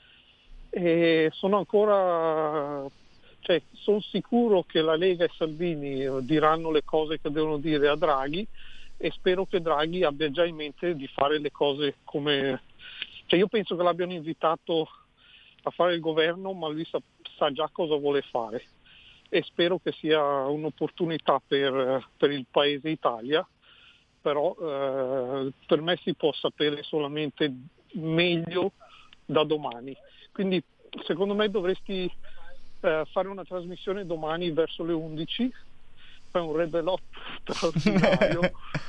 e sono ancora, cioè, sono sicuro che la Lega e Salvini diranno le cose che devono dire a Draghi, e spero che Draghi abbia già in mente di fare le cose come... Cioè io penso che l'abbiano invitato a fare il governo, ma lui sa, sa già cosa vuole fare e spero che sia un'opportunità per, per il paese Italia, però eh, per me si può sapere solamente meglio da domani. Quindi secondo me dovresti eh, fare una trasmissione domani verso le undici, fai un rebelotto straordinario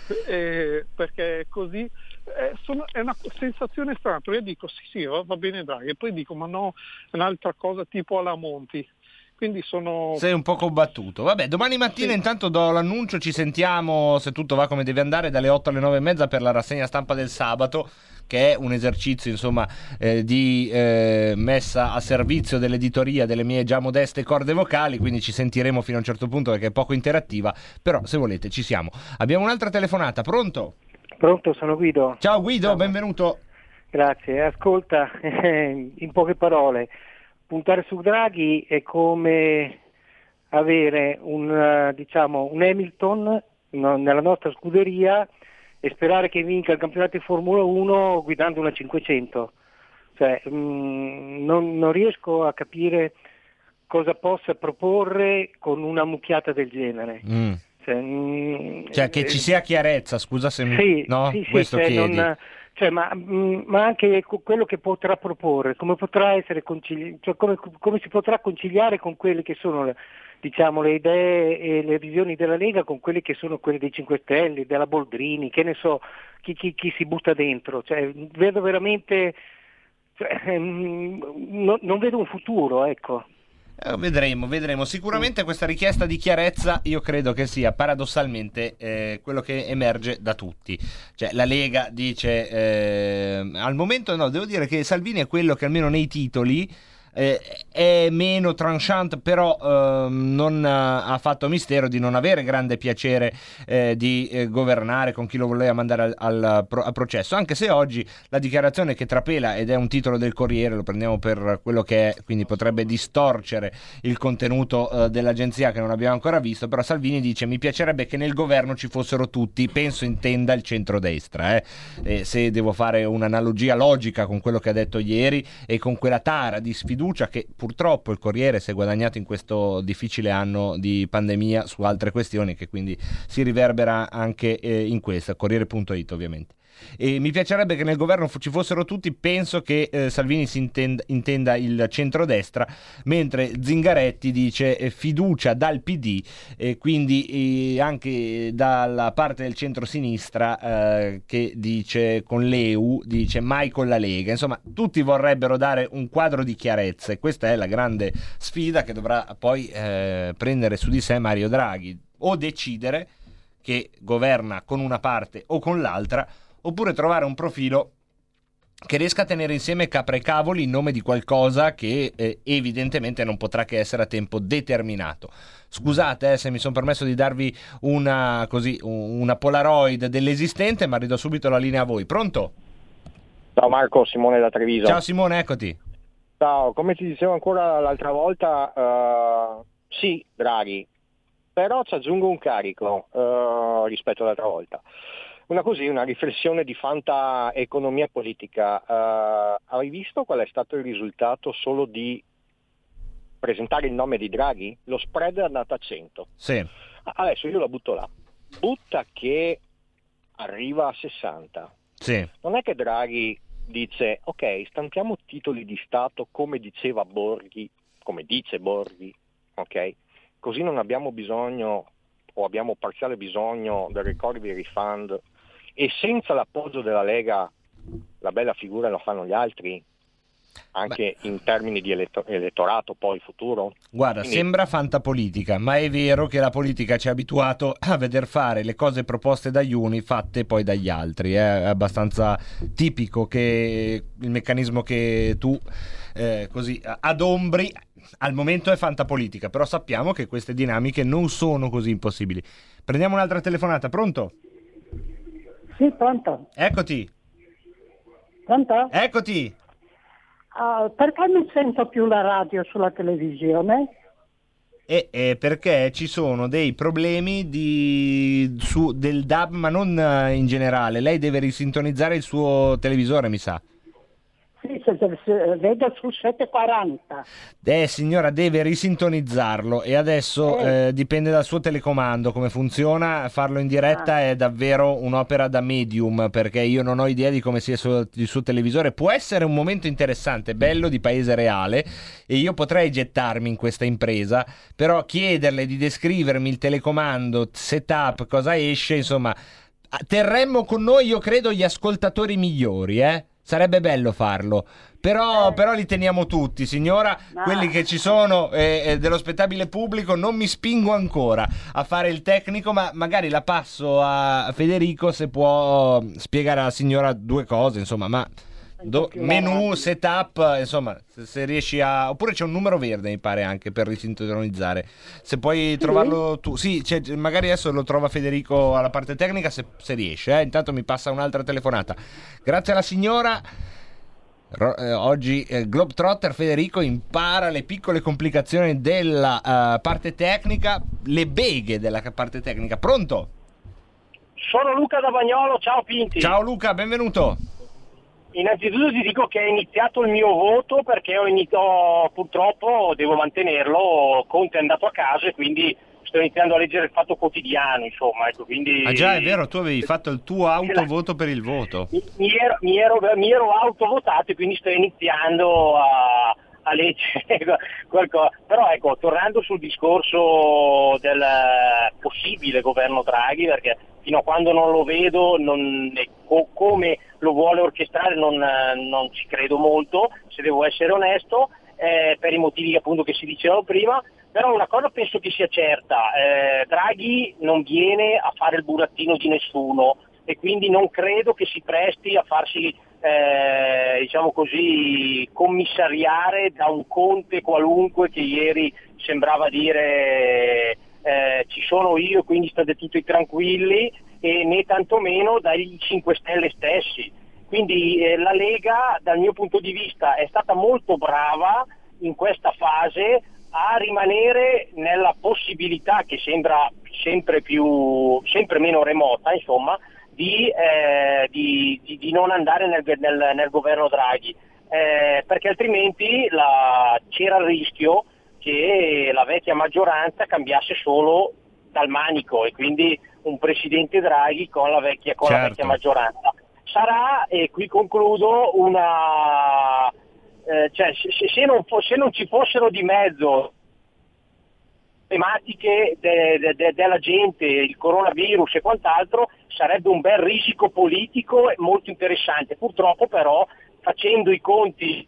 eh, perché così eh, sono, è una sensazione strana, perché io dico sì sì va, va bene Draghi e poi dico ma no, è un'altra cosa tipo alla Monti, quindi sono... Sei un po' combattuto. Vabbè, domani mattina sì. Intanto do l'annuncio, ci sentiamo se tutto va come deve andare dalle otto alle nove e mezza per la rassegna stampa del sabato, che è un esercizio insomma eh, di eh, messa a servizio dell'editoria delle mie già modeste corde vocali, quindi ci sentiremo fino a un certo punto perché è poco interattiva, però se volete ci siamo. Abbiamo un'altra telefonata, pronto? Pronto, sono Guido. Ciao Guido, ciao. Benvenuto. Grazie, ascolta, in poche parole, puntare su Draghi è come avere un, diciamo, un Hamilton no, nella nostra scuderia e sperare che vinca il campionato di Formula uno guidando una cinquecento. Cioè, mh, non, non riesco a capire cosa possa proporre con una mucchiata del genere. Mm. Cioè, mh, cioè che ci sia chiarezza, scusa se mi... Sì, no? sì, sì, Questo cioè, chiedi. Non, cioè, ma, mh, ma anche quello che potrà proporre, come potrà essere concili- cioè, come, come si potrà conciliare con quelle che sono le, diciamo, le idee e le visioni della Lega con quelle che sono quelle dei cinque Stelle, della Boldrini, che ne so, chi, chi, chi si butta dentro. Cioè, vedo veramente, cioè, mh, no, non vedo un futuro, ecco. Eh, vedremo, vedremo. Sicuramente questa richiesta di chiarezza io credo che sia paradossalmente eh, quello che emerge da tutti. Cioè la Lega dice eh, al momento no, devo dire che Salvini è quello che almeno nei titoli eh, è meno tranchant, però eh, non ha fatto mistero di non avere grande piacere eh, di eh, governare con chi lo voleva mandare al, al, pro, al processo, anche se oggi la dichiarazione che trapela, ed è un titolo del Corriere, lo prendiamo per quello che è, quindi potrebbe distorcere il contenuto eh, dell'agenzia che non abbiamo ancora visto, però Salvini dice mi piacerebbe che nel governo ci fossero tutti, penso intenda il centrodestra, eh. Eh, se devo fare un'analogia logica con quello che ha detto ieri e con quella tara di sfiducia che purtroppo il Corriere si è guadagnato in questo difficile anno di pandemia su altre questioni, che quindi si riverbera anche eh, in questa, Corriere punto it ovviamente. E mi piacerebbe che nel governo ci fossero tutti, penso che eh, Salvini si intenda, intenda il centrodestra, mentre Zingaretti dice eh, fiducia dal P D e eh, quindi eh, anche dalla parte del centrosinistra eh, che dice con l'E U, dice mai con la Lega. Insomma, tutti vorrebbero dare un quadro di chiarezza e questa è la grande sfida che dovrà poi eh, prendere su di sé Mario Draghi, o decidere che governa con una parte o con l'altra, oppure trovare un profilo che riesca a tenere insieme capra e cavoli in nome di qualcosa che eh, evidentemente non potrà che essere a tempo determinato. Scusate eh, se mi sono permesso di darvi una, così, una polaroid dell'esistente, ma ridò subito la linea a voi. Pronto? Ciao Marco, Simone da Treviso. Ciao Simone, eccoti. Ciao, come ti dicevo ancora l'altra volta, uh, sì, Draghi, però ci aggiungo un carico uh, rispetto all'altra volta. Una così, una riflessione di fanta economia politica. Uh, hai visto qual è stato il risultato solo di presentare il nome di Draghi? Lo spread è andato a cento. Sì. Adesso io la butto là. Butta che arriva a sessanta. Sì. Non è che Draghi dice, ok, stampiamo titoli di Stato come diceva Borghi, come dice Borghi, ok? Così non abbiamo bisogno o abbiamo parziale bisogno del recovery fund e senza l'appoggio della Lega la bella figura la fanno gli altri, anche Beh. in termini di eletto- elettorato poi futuro. Guarda, Quindi... sembra fantapolitica, ma è vero che la politica ci ha abituato a veder fare le cose proposte dagli uni fatte poi dagli altri. È abbastanza tipico che il meccanismo che tu eh, così adombri al momento è fantapolitica, però sappiamo che queste dinamiche non sono così impossibili. Prendiamo un'altra telefonata, pronto? Sì, pronto. Eccoti. Pronto? Eccoti. Uh, perché non sento più la radio sulla televisione? E eh, perché ci sono dei problemi di, su, del D A B, ma non eh, in generale. Lei deve risintonizzare il suo televisore, mi sa. Sì, se, se, se, vedo sul settecentoquaranta. Eh signora, deve risintonizzarlo e adesso eh. Eh, dipende dal suo telecomando come funziona. Farlo in diretta ah. è davvero un'opera da medium, perché io non ho idea di come sia su, il suo televisore. Può essere un momento interessante, bello, di paese reale, e io potrei gettarmi in questa impresa, però chiederle di descrivermi il telecomando, setup, cosa esce, insomma terremmo con noi, io credo, gli ascoltatori migliori, eh sarebbe bello farlo, però, eh. però li teniamo tutti, signora. No. Quelli che ci sono eh, eh, dello spettabile pubblico, non mi spingo ancora a fare il tecnico, ma magari la passo a Federico se può spiegare alla signora due cose, insomma, ma do, menu, setup, insomma, se, se riesci a... Oppure c'è un numero verde, mi pare, anche per risintonizzare, se puoi sì. trovarlo tu. Sì, cioè, magari adesso lo trova Federico alla parte tecnica, se, se riesce, eh. Intanto mi passa un'altra telefonata. Grazie alla signora. Ro- eh, oggi eh, Globetrotter Federico impara le piccole complicazioni della uh, parte tecnica, le beghe della parte tecnica. Pronto? Sono Luca da Bagnolo, ciao Pinti. Ciao Luca, benvenuto. Innanzitutto ti dico che è iniziato il mio voto, perché ho iniziato, purtroppo devo mantenerlo, Conte è andato a casa e quindi sto iniziando a leggere il Fatto Quotidiano, insomma, ecco, quindi... Ah già, è vero, tu avevi fatto il tuo autovoto per il voto. Mi, mi, ero, mi, ero, mi ero autovotato e quindi sto iniziando a, a leggere qualcosa. Però ecco, tornando sul discorso del possibile governo Draghi, perché fino a quando non lo vedo, non, co- come lo vuole orchestrare, non, non ci credo molto, se devo essere onesto, eh, per i motivi appunto che si dicevano prima. Però una cosa penso che sia certa, eh, Draghi non viene a fare il burattino di nessuno e quindi non credo che si presti a farsi, eh, diciamo così, commissariare da un Conte qualunque che ieri sembrava dire eh, ci sono io, quindi state tutti tranquilli, e né tantomeno dai cinque Stelle stessi. Quindi eh, la Lega, dal mio punto di vista, è stata molto brava in questa fase a rimanere nella possibilità, che sembra sempre più, sempre meno remota, insomma, di, eh, di, di, di non andare nel, nel, nel governo Draghi, eh, perché altrimenti la, c'era il rischio che la vecchia maggioranza cambiasse solo dal manico e quindi un presidente Draghi con la vecchia, con certo. la vecchia maggioranza. Sarà, e qui concludo, una... Eh, cioè, se, se, non fo- se non ci fossero di mezzo tematiche de- de- de- della gente, il coronavirus e quant'altro, sarebbe un bel risico politico molto interessante. Purtroppo però, facendo i conti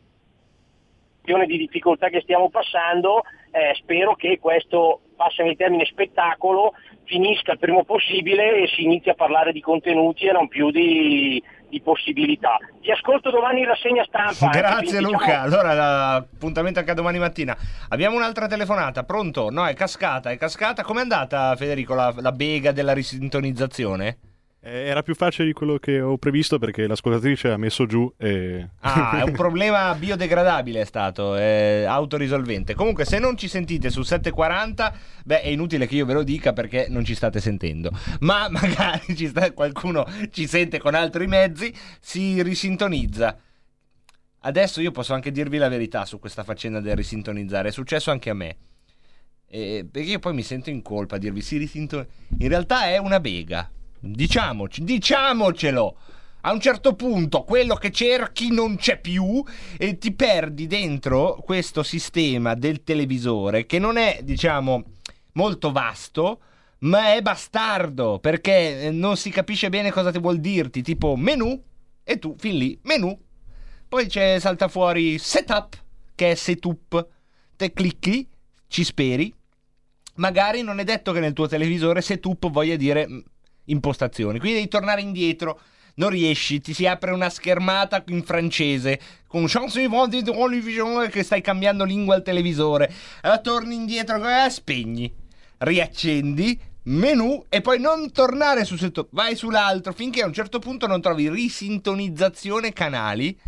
di difficoltà che stiamo passando, eh, spero che questo, passami il termine, spettacolo finisca il prima possibile e si inizi a parlare di contenuti e non più di, di possibilità. Ti ascolto domani in rassegna stampa. Grazie quindi, Luca, diciamo... allora l'appuntamento anche a domani mattina. Abbiamo un'altra telefonata, pronto? No, è cascata, è cascata. Com'è andata, Federico, la, la bega della risintonizzazione? Era più facile di quello che ho previsto perché l'ascoltatrice ha messo giù e... Ah, è un problema biodegradabile, è stato, è autorisolvente. Comunque, se non ci sentite su settecentoquaranta, beh, è inutile che io ve lo dica perché non ci state sentendo. Ma magari ci sta, qualcuno ci sente con altri mezzi, si risintonizza. Adesso io posso anche dirvi la verità su questa faccenda del risintonizzare, è successo anche a me. E perché io poi mi sento in colpa a dirvi si risintonizza. In realtà è una bega. Diciamoci, diciamocelo. A un certo punto quello che cerchi non c'è più e ti perdi dentro questo sistema del televisore che non è, diciamo, molto vasto, ma è bastardo, perché non si capisce bene cosa ti vuol dirti, tipo menu, e tu fin lì menu, poi c'è, salta fuori setup, che è setup, te clicchi, ci speri, magari non è detto che nel tuo televisore setup voglia dire impostazioni, quindi devi tornare indietro, non riesci, ti si apre una schermata in francese con chance di television che stai cambiando lingua al televisore, allora torni indietro, eh, spegni, riaccendi, menu e poi non tornare su setup, vai sull'altro finché a un certo punto non trovi risintonizzazione canali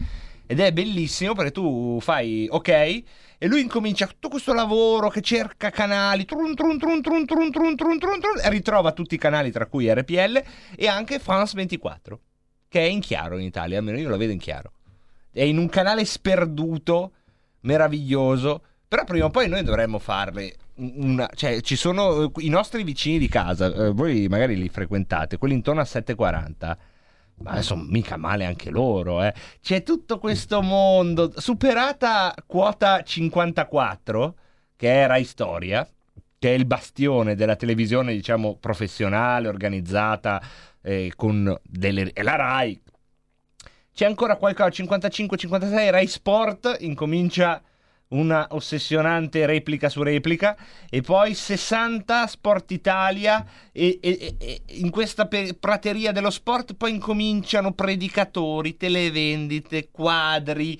ed è bellissimo perché tu fai ok e lui incomincia tutto questo lavoro che cerca canali, trun trun trun trun trun trun trun trun trun, e ritrova tutti i canali tra cui R P L e anche France ventiquattro, che è in chiaro in Italia, almeno io lo vedo in chiaro, è in un canale sperduto meraviglioso. Però prima o poi noi dovremmo farle una, cioè ci sono i nostri vicini di casa, eh, voi magari li frequentate, quelli intorno a sette e quaranta, ma sono mica male anche loro, eh. C'è tutto questo mondo, superata quota cinquantaquattro, che è Rai Storia, che è il bastione della televisione, diciamo, professionale, organizzata, eh, con delle... e la Rai. C'è ancora qualcosa, cinquantacinque cinquantasei, Rai Sport incomincia una ossessionante replica su replica, e poi sessanta Sport Italia, e, e, e in questa pe- prateria dello sport poi incominciano predicatori, televendite, quadri,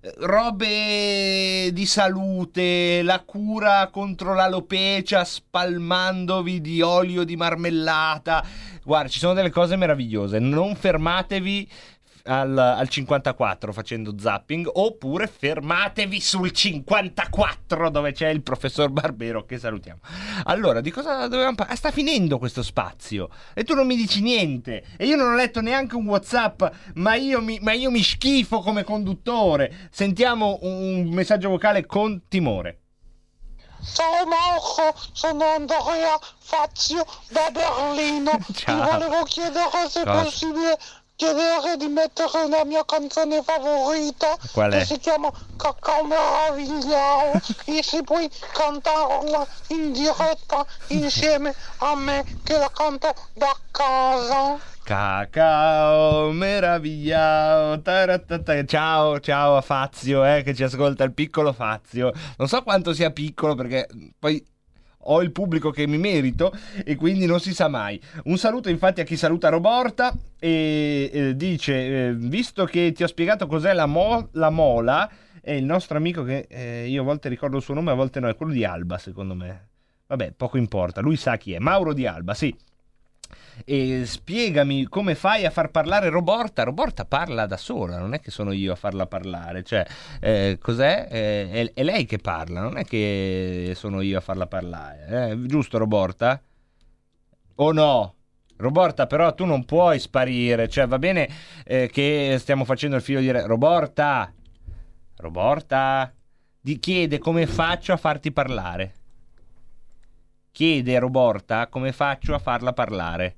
robe di salute, la cura contro l'alopecia spalmandovi di olio di marmellata. Guarda, ci sono delle cose meravigliose, non fermatevi Al, al cinquantaquattro facendo zapping, oppure fermatevi sul cinquantaquattro dove c'è il professor Barbero, che salutiamo. Allora, di cosa dovevamo parlare? Ah, sta finendo questo spazio e tu non mi dici niente, e io non ho letto neanche un WhatsApp, ma io mi, ma io mi schifo come conduttore. Sentiamo un messaggio vocale con timore. Ciao Marco, sono Andrea Fazio da Berlino. Ciao. Ti volevo chiedere se è Cosa? possibile chiedere di mettere la mia canzone favorita. Qual è? Che si chiama Cacao Meravigliao e se puoi cantarla in diretta insieme a me che la canto da casa. Cacao meravigliao, taratata. Ciao, ciao a Fazio, eh, che ci ascolta, il piccolo Fazio. Non so quanto sia piccolo, perché poi ho il pubblico che mi merito e quindi non si sa mai. Un saluto infatti a chi saluta Roborta e eh, dice eh, visto che ti ho spiegato cos'è la, mo- la mola, è il nostro amico che eh, io a volte ricordo il suo nome, a volte no, è quello di Alba secondo me. Vabbè, poco importa, lui sa chi è, Mauro di Alba, sì. E spiegami come fai a far parlare Roborta. Roborta parla da sola, non è che sono io a farla parlare, cioè eh, cos'è? Eh, è, è lei che parla, non è che sono io a farla parlare, eh? Giusto Roborta? O no? Roborta, però tu non puoi sparire, cioè va bene eh, che stiamo facendo il filo di re... Roborta Roborta di chiede come faccio a farti parlare. Chiede Roborta come faccio a farla parlare.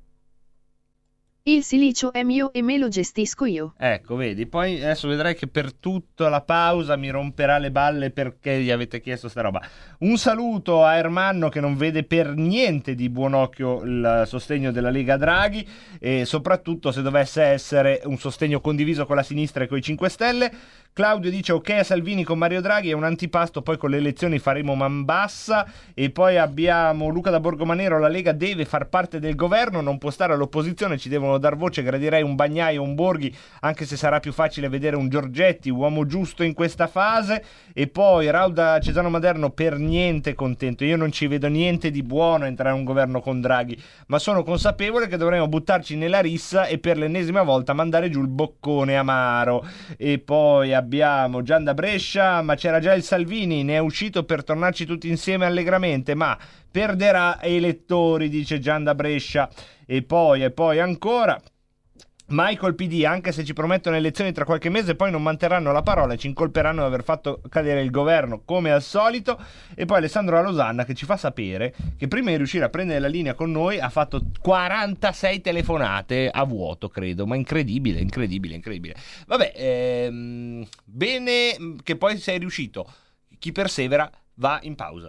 Il silicio è mio e me lo gestisco io. Ecco, vedi, poi adesso vedrai che per tutta la pausa mi romperà le balle perché gli avete chiesto sta roba. Un saluto a Ermanno che non vede per niente di buon occhio il sostegno della Lega Draghi, e soprattutto se dovesse essere un sostegno condiviso con la sinistra e con i cinque Stelle. Claudio dice ok a Salvini con Mario Draghi, è un antipasto, poi con le elezioni faremo man bassa. E poi abbiamo Luca da Borgomanero, la Lega deve far parte del governo, non può stare all'opposizione, ci devono dar voce, gradirei un Bagnaio, un Borghi, anche se sarà più facile vedere un Giorgetti, uomo giusto in questa fase. E poi Raul da Cesano Maderno, per niente contento, io non ci vedo niente di buono entrare in un governo con Draghi, ma sono consapevole che dovremo buttarci nella rissa e per l'ennesima volta mandare giù il boccone amaro. E poi abbiamo Gian da Brescia, ma c'era già il Salvini, ne è uscito per tornarci tutti insieme allegramente, ma perderà elettori, dice Gian da Brescia. E poi e poi ancora Michael P D, anche se ci promettono elezioni tra qualche mese, poi non manterranno la parola e ci incolperanno di aver fatto cadere il governo come al solito. E poi Alessandro La Losanna che ci fa sapere che prima di riuscire a prendere la linea con noi ha fatto quarantasei telefonate a vuoto, credo, ma incredibile, incredibile, incredibile. Vabbè, ehm, bene che poi sei riuscito. Chi persevera va in pausa.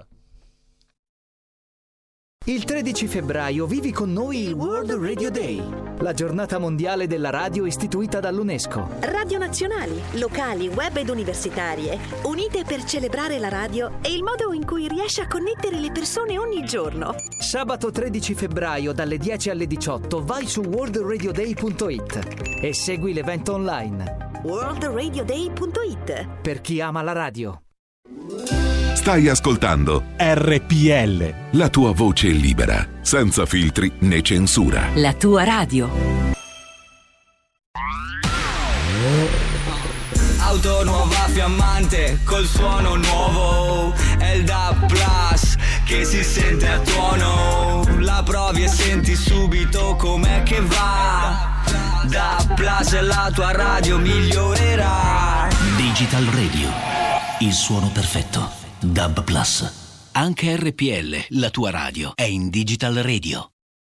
Il tredici febbraio vivi con noi il World Radio Day, la giornata mondiale della radio istituita dall'UNESCO. Radio nazionali, locali, web ed universitarie, unite per celebrare la radio e il modo in cui riesce a connettere le persone ogni giorno. Sabato tredici febbraio dalle dieci alle diciotto vai su world radio day punto it e segui l'evento online. world radio day punto it. Per chi ama la radio. Stai ascoltando R P L, la tua voce libera, senza filtri né censura. La tua radio. l'auto nuova fiammante col suono nuovo. È il D A B Plus che si sente a tuono. La provi e senti subito com'è che va. D A B Plus e la tua radio migliorerà. Digital Radio, il suono perfetto. D A B Plus. Anche R P L, la tua radio, è in Digital Radio.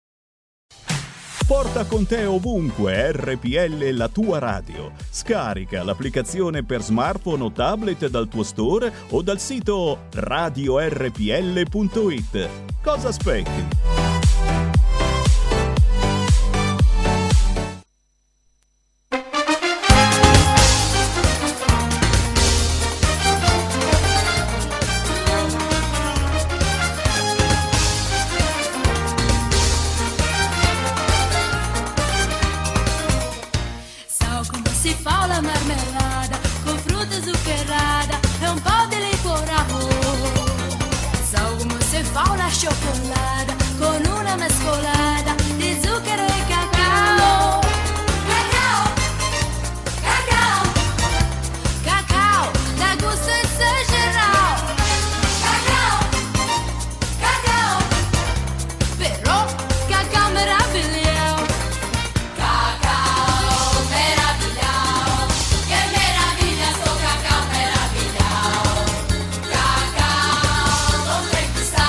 Porta con te ovunque R P L, la tua radio. Scarica l'applicazione per smartphone o tablet dal tuo store o dal sito radio r p l punto i t. Cosa aspetti? Cioccolata con una mescolata di zucchero e cacao. Cacao, cacao, cacao, da gusto esagerato. Cacao, cacao, però cacao meraviglioso. Cacao meraviglioso, che meraviglia sto cacao meraviglioso. Cacao, donde está?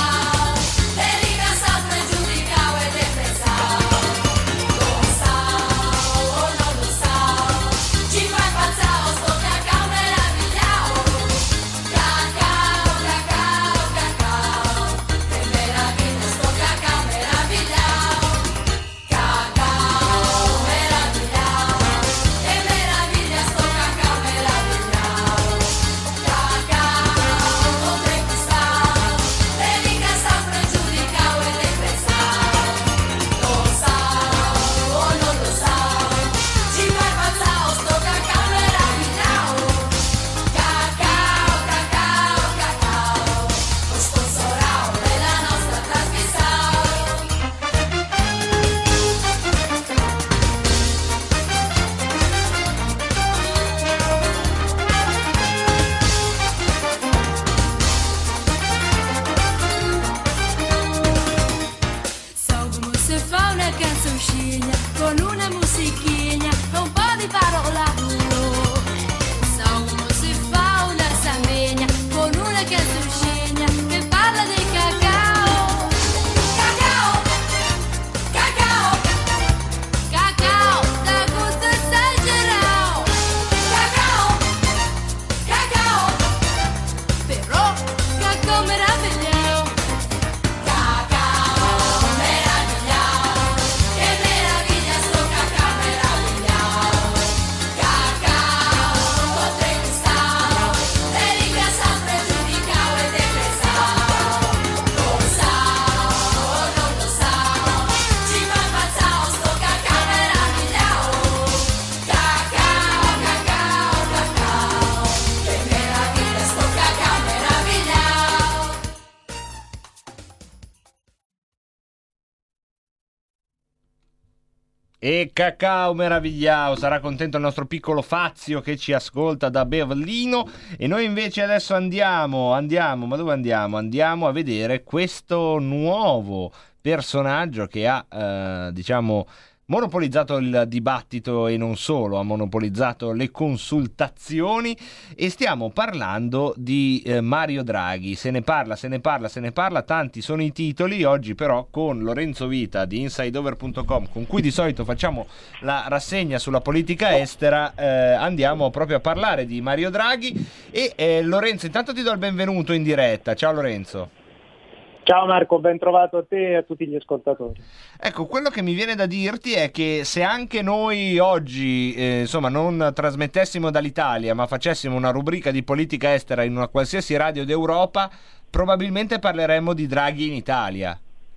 E cacao meravigliao, sarà contento il nostro piccolo Fazio che ci ascolta da Berlino. E noi invece adesso andiamo, andiamo, ma dove andiamo? Andiamo a vedere questo nuovo personaggio che ha, eh, diciamo, monopolizzato il dibattito e non solo, ha monopolizzato le consultazioni, e stiamo parlando di eh, Mario Draghi. Se ne parla, se ne parla, se ne parla, tanti sono i titoli. Oggi però con Lorenzo Vita di inside over punto com, con cui di solito facciamo la rassegna sulla politica estera, eh, andiamo proprio a parlare di Mario Draghi. E eh, Lorenzo, intanto ti do il benvenuto in diretta. Ciao Lorenzo. Ciao Marco, ben trovato a te e a tutti gli ascoltatori. Ecco, quello che mi viene da dirti è che se anche noi oggi eh, insomma non trasmettessimo dall'Italia ma facessimo una rubrica di politica estera in una qualsiasi radio d'Europa, probabilmente parleremmo di Draghi in Italia.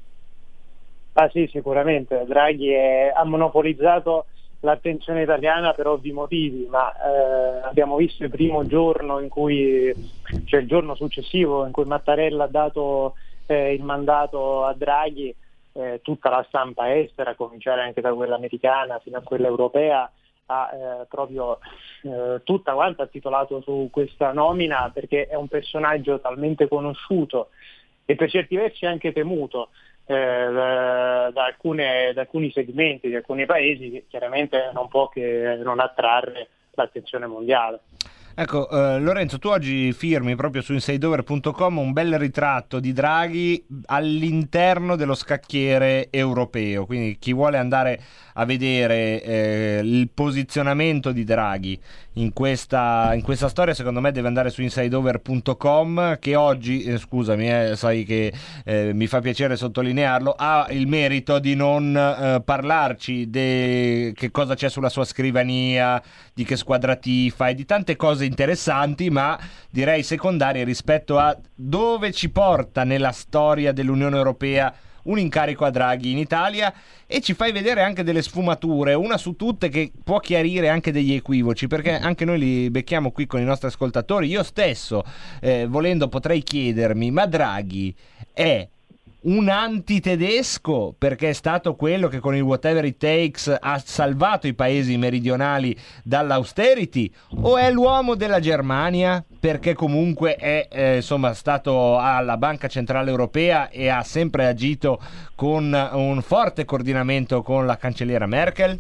Ah sì, sicuramente. Draghi è, ha monopolizzato l'attenzione italiana per ovvi motivi, ma eh, abbiamo visto il primo giorno in cui, cioè il giorno successivo in cui Mattarella ha dato eh, il mandato a Draghi, eh, tutta la stampa estera, a cominciare anche da quella americana fino a quella europea, ha eh, proprio eh, tutta quanta titolato su questa nomina, perché è un personaggio talmente conosciuto e per certi versi anche temuto eh, da, da, alcune, da alcuni segmenti di alcuni paesi, che chiaramente non può che non attrarre l'attenzione mondiale. Ecco, eh, Lorenzo, tu oggi firmi proprio su insideover punto com un bel ritratto di Draghi all'interno dello scacchiere europeo, quindi chi vuole andare a vedere eh, il posizionamento di Draghi in questa, in questa storia, secondo me deve andare su insideover punto com, che oggi, eh, scusami, eh, sai che eh, mi fa piacere sottolinearlo, ha il merito di non eh, parlarci di che cosa c'è sulla sua scrivania, di che squadra tifa e di tante cose interessanti, ma direi secondarie rispetto a dove ci porta nella storia dell'Unione Europea un incarico a Draghi in Italia, e ci fai vedere anche delle sfumature, una su tutte che può chiarire anche degli equivoci, perché anche noi li becchiamo qui con i nostri ascoltatori. Io stesso, eh, volendo, potrei chiedermi: ma Draghi è un antitedesco perché è stato quello che con il whatever it takes ha salvato i paesi meridionali dall'austerity, o è l'uomo della Germania perché comunque è eh, insomma stato alla Banca Centrale Europea e ha sempre agito con un forte coordinamento con la cancelliera Merkel?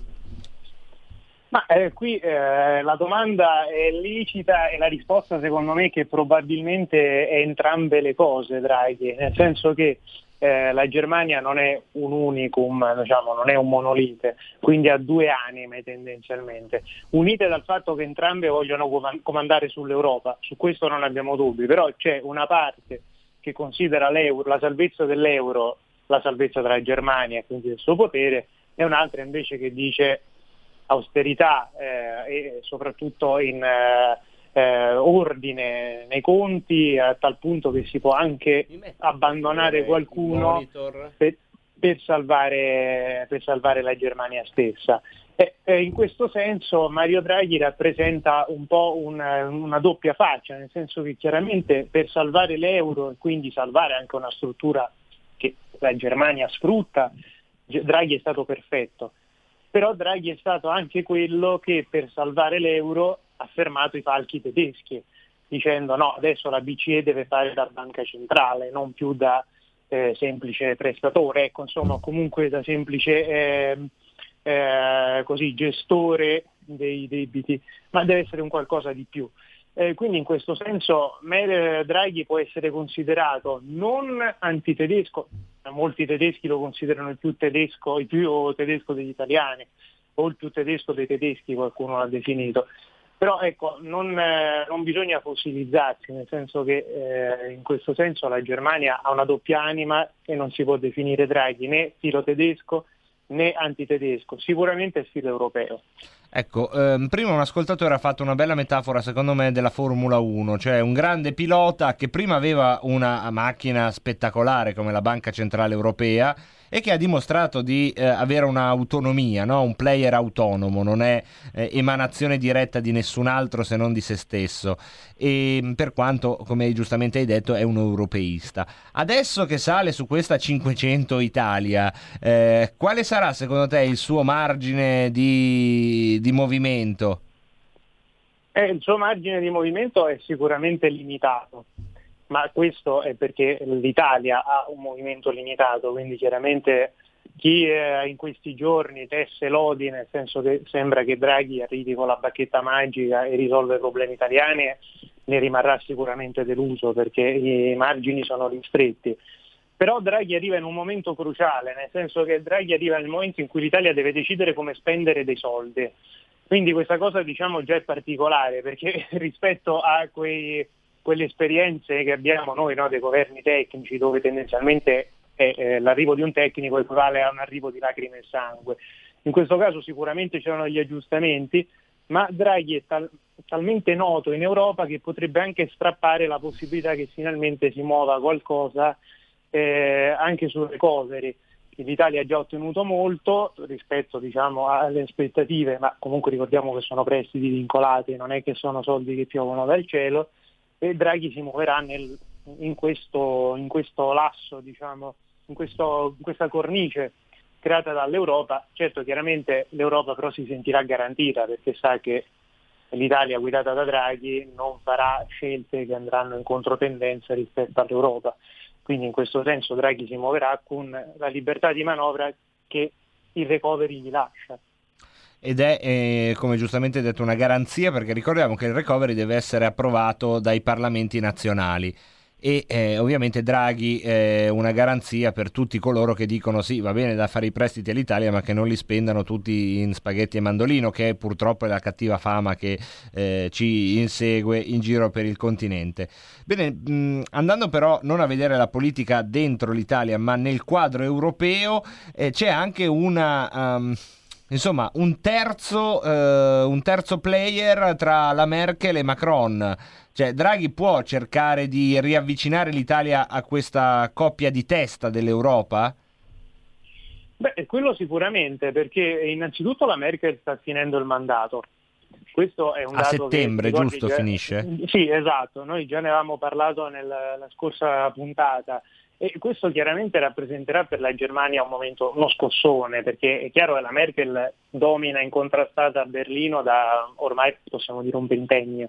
Ma eh, qui eh, la domanda è licita e la risposta secondo me è che probabilmente è entrambe le cose, Draghi, nel senso che Eh, la Germania non è un unicum, diciamo, non è un monolite, quindi ha due anime tendenzialmente, unite dal fatto che entrambe vogliono comandare sull'Europa, su questo non abbiamo dubbi, però c'è una parte che considera l'euro, la salvezza dell'euro, la salvezza della Germania e quindi del suo potere, e un'altra invece che dice austerità eh, e soprattutto in eh, Eh, ordine nei conti, a tal punto che si può anche abbandonare qualcuno per, per, salvare, per salvare la Germania stessa. E, e in questo senso Mario Draghi rappresenta un po' un, una doppia faccia, nel senso che chiaramente per salvare l'euro e quindi salvare anche una struttura che la Germania sfrutta, Draghi è stato perfetto. Però Draghi è stato anche quello che per salvare l'euro ha fermato i falchi tedeschi, dicendo no, adesso la B C E deve fare da banca centrale, non più da eh, semplice prestatore, ecco, insomma, comunque da semplice eh, eh, così, gestore dei debiti, ma deve essere un qualcosa di più. Eh, quindi in questo senso Draghi può essere considerato non antitedesco, molti tedeschi lo considerano il più tedesco, il più tedesco degli italiani, o il più tedesco dei tedeschi, qualcuno l'ha definito. Però ecco, non, eh, non bisogna fossilizzarsi, nel senso che eh, in questo senso la Germania ha una doppia anima e non si può definire Draghi né filo tedesco né antitedesco, sicuramente è filo europeo. Ecco, ehm, prima un ascoltatore ha fatto una bella metafora secondo me della Formula uno, cioè un grande pilota che prima aveva una macchina spettacolare come la Banca Centrale Europea e che ha dimostrato di eh, avere un'autonomia, no? Un player autonomo, non è eh, emanazione diretta di nessun altro se non di se stesso, e per quanto, come giustamente hai detto, è un europeista. Adesso che sale su questa cinquecento Italia, eh, quale sarà secondo te il suo margine di, di movimento? Eh, il suo margine di movimento è sicuramente limitato, ma questo è perché l'Italia ha un movimento limitato, quindi chiaramente chi eh, in questi giorni tesse lodi, nel senso che sembra che Draghi arrivi con la bacchetta magica e risolve i problemi italiani, ne rimarrà sicuramente deluso perché i margini sono ristretti. Però Draghi arriva in un momento cruciale, nel senso che Draghi arriva nel momento in cui l'Italia deve decidere come spendere dei soldi. Quindi questa cosa diciamo già è particolare, perché rispetto a quei quelle esperienze che abbiamo noi, no, dei governi tecnici, dove tendenzialmente è, eh, l'arrivo di un tecnico equivale a un arrivo di lacrime e sangue. In questo caso sicuramente c'erano gli aggiustamenti, ma Draghi è tal- talmente noto in Europa che potrebbe anche strappare la possibilità che finalmente si muova qualcosa eh, anche sul recovery. L'Italia ha già ottenuto molto rispetto, diciamo, alle aspettative, ma comunque ricordiamo che sono prestiti vincolati, non è che sono soldi che piovono dal cielo, e Draghi si muoverà nel, in, questo, in questo lasso, diciamo, in, questo, in questa cornice creata dall'Europa. Certo, chiaramente l'Europa però si sentirà garantita perché sa che l'Italia guidata da Draghi non farà scelte che andranno in controtendenza rispetto all'Europa. Quindi in questo senso Draghi si muoverà con la libertà di manovra che il recovery gli lascia. Ed è, eh, come giustamente detto, una garanzia, perché ricordiamo che il recovery deve essere approvato dai parlamenti nazionali. E eh, ovviamente Draghi è una garanzia per tutti coloro che dicono sì, va bene da fare i prestiti all'Italia, ma che non li spendano tutti in spaghetti e mandolino, che purtroppo è la cattiva fama che eh, ci insegue in giro per il continente. Bene, mh, andando però non a vedere la politica dentro l'Italia, ma nel quadro europeo, eh, c'è anche una... Um, Insomma, un terzo, eh, un terzo player tra la Merkel e Macron. Cioè, Draghi può cercare di riavvicinare l'Italia a questa coppia di testa dell'Europa? Beh, quello sicuramente, perché innanzitutto la Merkel sta finendo il mandato. Questo è un a dato settembre, che, giusto, già, finisce? Sì, esatto. Noi già ne avevamo parlato nella la scorsa puntata. E questo chiaramente rappresenterà per la Germania un momento, uno scossone, perché è chiaro che la Merkel domina incontrastata a Berlino da ormai possiamo dire un ventennio,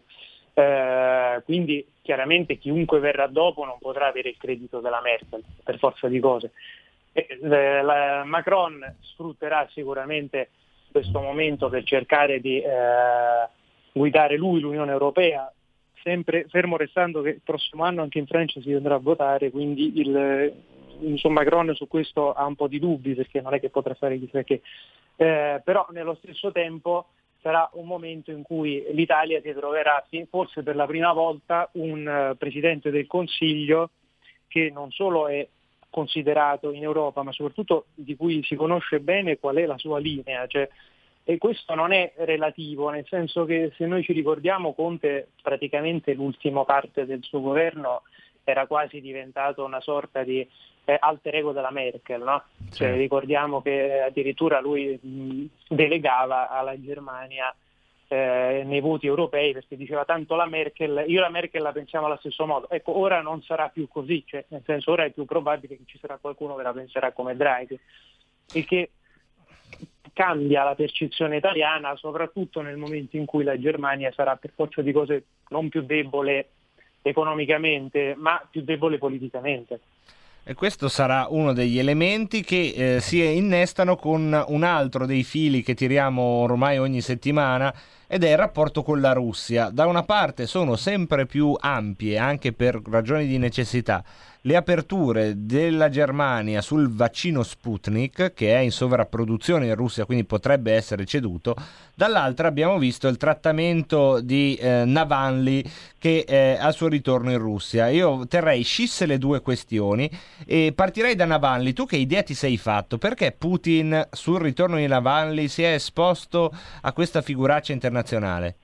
eh, quindi chiaramente chiunque verrà dopo non potrà avere il credito della Merkel, per forza di cose. E, eh, la, Macron sfrutterà sicuramente questo momento per cercare di eh, guidare lui l'Unione Europea, sempre fermo restando che il prossimo anno anche in Francia si andrà a votare, quindi il, insomma, Macron su questo ha un po' di dubbi perché non è che potrà fare chissà che, eh, però nello stesso tempo sarà un momento in cui l'Italia si troverà forse per la prima volta un uh, Presidente del Consiglio che non solo è considerato in Europa ma soprattutto di cui si conosce bene qual è la sua linea, cioè. E questo non è relativo, nel senso che se noi ci ricordiamo Conte praticamente l'ultima parte del suo governo era quasi diventato una sorta di eh, alter ego della Merkel, no? Sì. Cioè, ricordiamo che addirittura lui mh, delegava alla Germania eh, nei voti europei perché diceva tanto la Merkel, io e la Merkel la pensiamo allo stesso modo. Ecco, ora non sarà più così, cioè, nel senso ora è più probabile che ci sarà qualcuno che la penserà come Draghi, il che cambia la percezione italiana, soprattutto nel momento in cui la Germania sarà per forza di cose non più debole economicamente, ma più debole politicamente. E questo sarà uno degli elementi che eh, si innestano con un altro dei fili che tiriamo ormai ogni settimana, ed è il rapporto con la Russia. Da una parte sono sempre più ampie, anche per ragioni di necessità, le aperture della Germania sul vaccino Sputnik, che è in sovrapproduzione in Russia, quindi potrebbe essere ceduto. Dall'altra abbiamo visto il trattamento di eh, Navalny che è al suo ritorno in Russia. Io terrei scisse le due questioni e partirei da Navalny. Tu che idea ti sei fatto? Perché Putin sul ritorno di Navalny si è esposto a questa figuraccia internazionale?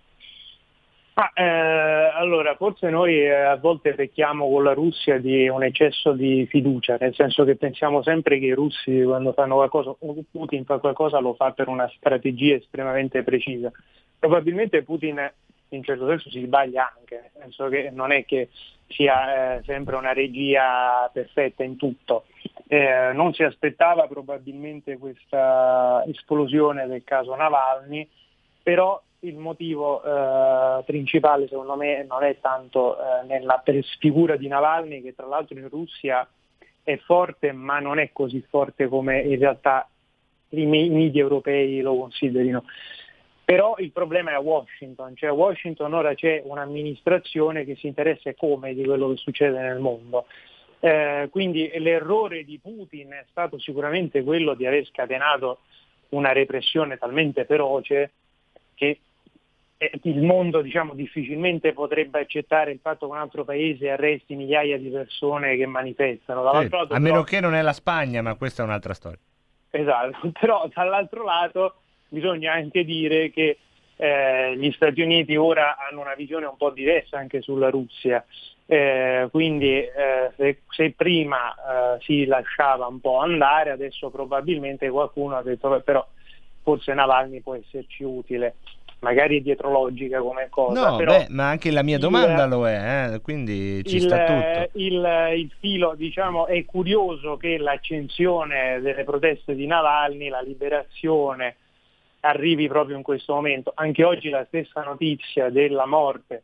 Ah, eh, allora, forse noi eh, a volte pecchiamo con la Russia di un eccesso di fiducia, nel senso che pensiamo sempre che i russi quando fanno qualcosa, Putin fa qualcosa lo fa per una strategia estremamente precisa. Probabilmente Putin in certo senso si sbaglia anche, nel senso che non è che sia eh, sempre una regia perfetta in tutto. Eh, non si aspettava probabilmente questa esplosione del caso Navalny, però il motivo eh, principale secondo me non è tanto eh, nella figura di Navalny, che tra l'altro in Russia è forte ma non è così forte come in realtà i media europei lo considerino. Però il problema è a Washington, cioè a Washington ora c'è un'amministrazione che si interessa come di quello che succede nel mondo. Eh, quindi l'errore di Putin è stato sicuramente quello di aver scatenato una repressione talmente feroce che il mondo, diciamo, difficilmente potrebbe accettare il fatto che un altro paese arresti migliaia di persone che manifestano. Dall'altro Sì, lato, a meno però, che non è la Spagna, ma questa è un'altra storia. Esatto, però dall'altro lato bisogna anche dire che eh, gli Stati Uniti ora hanno una visione un po' diversa anche sulla Russia, eh, quindi eh, se, se prima eh, si lasciava un po' andare, adesso probabilmente qualcuno ha detto beh, però forse Navalny può esserci utile. magari è dietrologica come cosa. No, però beh, ma anche la mia domanda il, lo è, eh? Quindi ci il, sta tutto. Il, il filo, diciamo, è curioso che l'accensione delle proteste di Navalny, la liberazione, arrivi proprio in questo momento. Anche oggi la stessa notizia della morte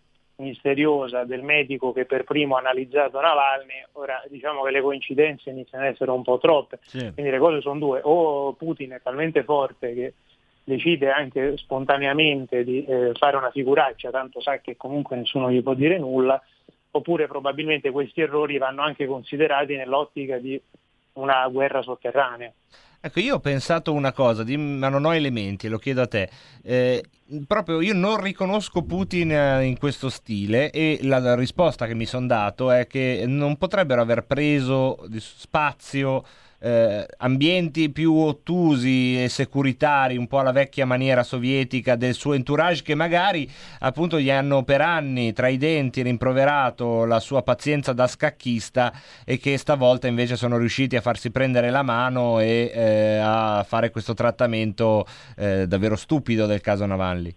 misteriosa del medico che per primo ha analizzato Navalny, ora diciamo che le coincidenze iniziano ad essere un po' troppe, sì. Quindi le cose sono due: o Putin è talmente forte che decide anche spontaneamente di eh, fare una figuraccia, tanto sa che comunque nessuno gli può dire nulla, oppure probabilmente questi errori vanno anche considerati nell'ottica di una guerra sotterranea. Ecco, io ho pensato una cosa, ma non ho elementi, lo chiedo a te. Eh, proprio io non riconosco Putin in questo stile, e la risposta che mi sono dato è che non potrebbero aver preso spazio eh, ambienti più ottusi e securitari, un po' alla vecchia maniera sovietica del suo entourage, che magari appunto gli hanno per anni tra i denti rimproverato la sua pazienza da scacchista, e che stavolta invece sono riusciti a farsi prendere la mano e eh, a fare questo trattamento eh, davvero stupido del caso Navalny.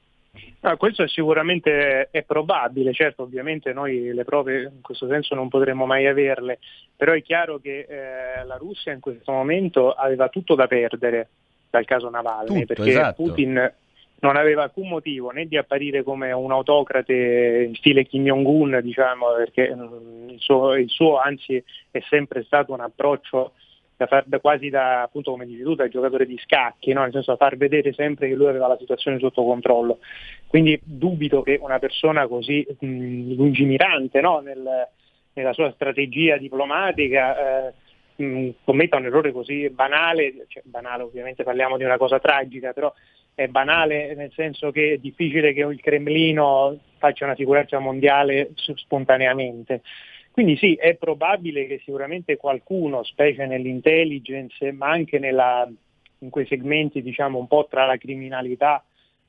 Ah, questo è sicuramente è probabile, certo, ovviamente noi le prove in questo senso non potremo mai averle, però è chiaro che eh, la Russia in questo momento aveva tutto da perdere dal caso Navalny, tutto, perché esatto. Putin non aveva alcun motivo né di apparire come un autocrate in stile Kim Jong-un, diciamo, perché mh, il, suo, il suo anzi è sempre stato un approccio da far, da quasi da, appunto come dici tu, da giocatore di scacchi, no? Nel senso, da far vedere sempre che lui aveva la situazione sotto controllo. Quindi dubito che una persona così mh, lungimirante, no? Nel, nella sua strategia diplomatica eh, mh, commetta un errore così banale, cioè banale ovviamente parliamo di una cosa tragica, però è banale nel senso che è difficile che il Cremlino faccia una figuraccia mondiale spontaneamente. Quindi sì, è probabile che sicuramente qualcuno, specie nell'intelligence, ma anche nella, in quei segmenti diciamo un po' tra la criminalità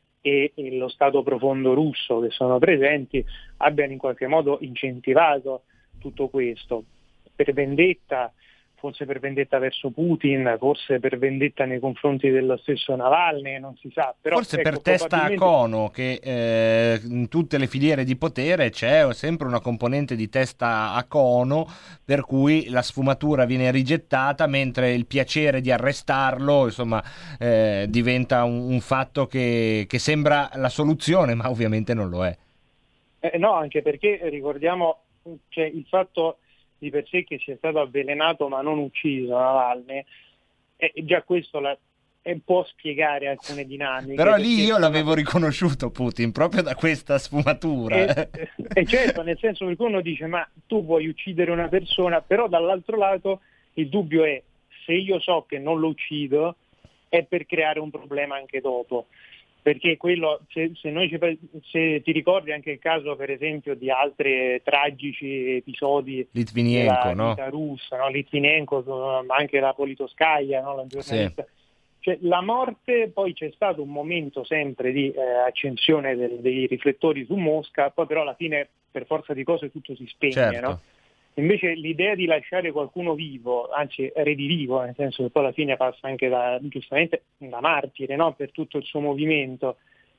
e, e lo Stato profondo russo che sono presenti, abbiano in qualche modo incentivato tutto questo. Per vendetta, forse per vendetta verso Putin, forse per vendetta nei confronti dello stesso Navalny, non si sa. Però, forse ecco, per testa probabilmente... a cono, che eh, in tutte le filiere di potere c'è sempre una componente di testa a cono, per cui la sfumatura viene rigettata, mentre il piacere di arrestarlo, insomma, eh, diventa un, un fatto che, che sembra la soluzione, ma ovviamente non lo è. Eh, no, anche perché ricordiamo cioè, il fatto di per sé che sia stato avvelenato ma non ucciso Navalny, e già questo la, e può spiegare alcune dinamiche. Però lì io l'avevo riconosciuto Putin proprio da questa sfumatura. E, e certo, nel senso che uno dice ma tu vuoi uccidere una persona, però dall'altro lato il dubbio è: se io so che non lo uccido è per creare un problema anche dopo. Perché quello, se, se, noi ci, se ti ricordi anche il caso per esempio di altri tragici episodi Litvinenko, della vita no? russa, no? Litvinenko, ma anche la Politkovskaja, no? La giornalista. Sì. Cioè, la morte, poi c'è stato un momento sempre di eh, accensione del, dei riflettori su Mosca, poi però alla fine per forza di cose tutto si spegne, certo. No? Invece l'idea di lasciare qualcuno vivo, anzi redivivo, nel senso che poi alla fine passa anche da, giustamente da martire, no? Per tutto il suo movimento,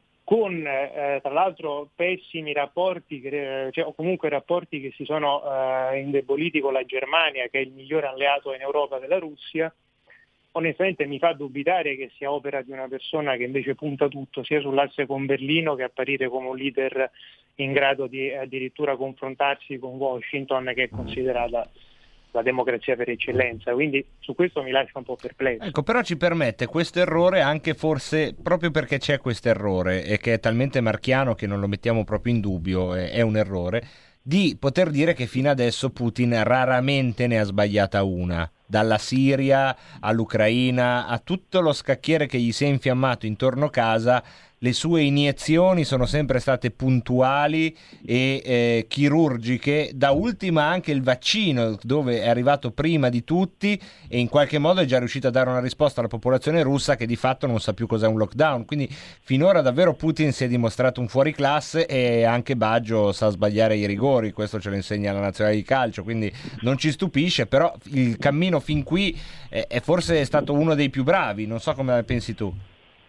con eh, tra l'altro pessimi rapporti, che, cioè, o comunque rapporti che si sono eh, indeboliti con la Germania, che è il migliore alleato in Europa della Russia, onestamente mi fa dubitare che sia opera di una persona che invece punta tutto sia sull'asse con Berlino che apparire come un leader in grado di addirittura confrontarsi con Washington, che è considerata la democrazia per eccellenza. Quindi su questo mi lascia un po' perplesso. Ecco, però ci permette questo errore anche forse proprio perché c'è questo errore e che è talmente marchiano che non lo mettiamo proprio in dubbio, è, è un errore, di poter dire che fino adesso Putin raramente ne ha sbagliata una. Dalla Siria all'Ucraina, a tutto lo scacchiere che gli si è infiammato intorno a casa, le sue iniezioni sono sempre state puntuali e eh, chirurgiche, da ultima anche il vaccino, dove è arrivato prima di tutti e in qualche modo è già riuscito a dare una risposta alla popolazione russa che di fatto non sa più cos'è un lockdown. Quindi finora davvero Putin si è dimostrato un fuoriclasse, e anche Baggio sa sbagliare i rigori, questo ce lo insegna la nazionale di calcio, quindi non ci stupisce, però il cammino fin qui è, è forse stato uno dei più bravi, non so come la pensi tu.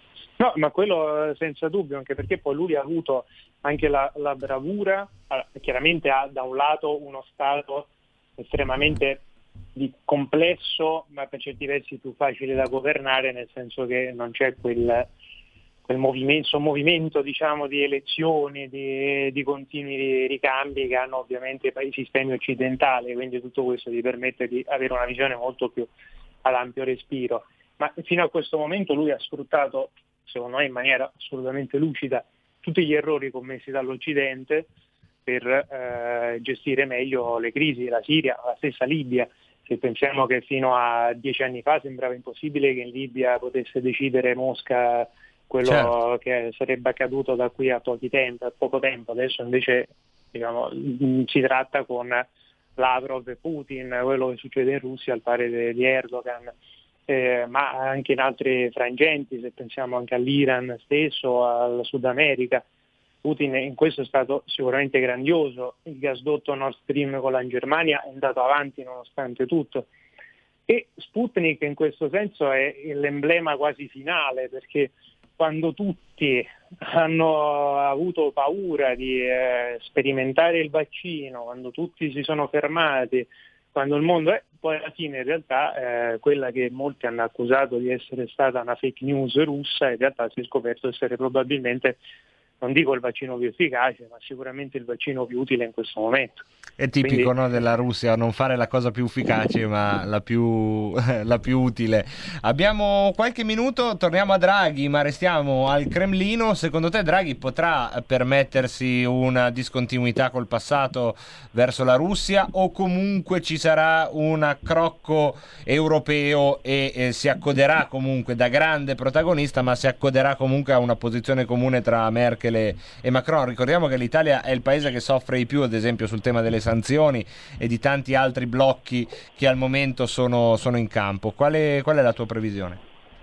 No, ma quello senza dubbio, anche perché poi lui ha avuto anche la, la bravura, allora, chiaramente ha da un lato uno stato estremamente di complesso, ma per certi versi più facile da governare, nel senso che non c'è quel, quel movimento, movimento diciamo, di elezioni, di, di continui ricambi che hanno ovviamente i sistemi occidentali, quindi tutto questo gli permette di avere una visione molto più ad ampio respiro. Ma fino a questo momento lui ha sfruttato, secondo me in maniera assolutamente lucida, tutti gli errori commessi dall'Occidente per eh, gestire meglio le crisi, la Siria, la stessa Libia. Se pensiamo che fino a dieci anni fa sembrava impossibile che in Libia potesse decidere Mosca quello certo. che sarebbe accaduto da qui a pochi tempo, a poco tempo, adesso invece diciamo, si tratta con Lavrov e Putin, quello che succede in Russia al pari di Erdogan, eh, ma anche in altri frangenti, se pensiamo anche all'Iran stesso, al Sud America. Putin in questo è stato sicuramente grandioso, il gasdotto Nord Stream con la Germania è andato avanti nonostante tutto, e Sputnik in questo senso è l'emblema quasi finale, perché quando tutti hanno avuto paura di eh, sperimentare il vaccino, quando tutti si sono fermati, quando il mondo è, poi alla fine in realtà eh, quella che molti hanno accusato di essere stata una fake news russa, in realtà si è scoperto essere probabilmente, non dico il vaccino più efficace, ma sicuramente il vaccino più utile in questo momento. È tipico Quindi... no, della Russia, non fare la cosa più efficace ma la più, la più utile. Abbiamo qualche minuto, torniamo a Draghi, ma restiamo al Cremlino. Secondo te Draghi potrà permettersi una discontinuità col passato verso la Russia, o comunque ci sarà un accrocco europeo e eh, si accoderà comunque da grande protagonista, ma si accoderà comunque a una posizione comune tra Merkel e Macron? Ricordiamo che l'Italia è il paese che soffre di più, ad esempio sul tema delle sanzioni e di tanti altri blocchi che al momento sono, sono in campo. Qual è, qual è la tua previsione?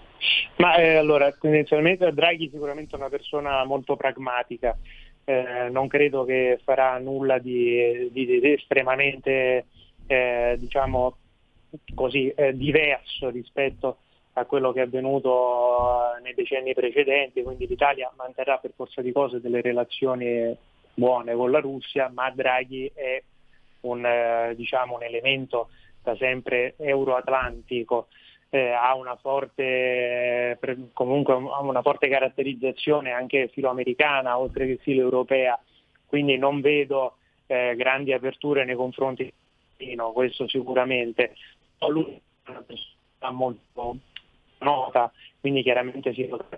Ma eh, allora, tendenzialmente Draghi sicuramente è una persona molto pragmatica, eh, non credo che farà nulla di, di, di estremamente eh, diciamo così eh, diverso rispetto a quello che è avvenuto nei decenni precedenti, quindi l'Italia manterrà per forza di cose delle relazioni buone con la Russia, ma Draghi è un, eh, diciamo, un elemento da sempre euroatlantico, eh, ha una forte eh, comunque ha una forte caratterizzazione anche filoamericana oltre che filo-europea, quindi non vedo eh, grandi aperture nei confronti di no, questo sicuramente. Lui è una persona molto nota, quindi chiaramente si potrà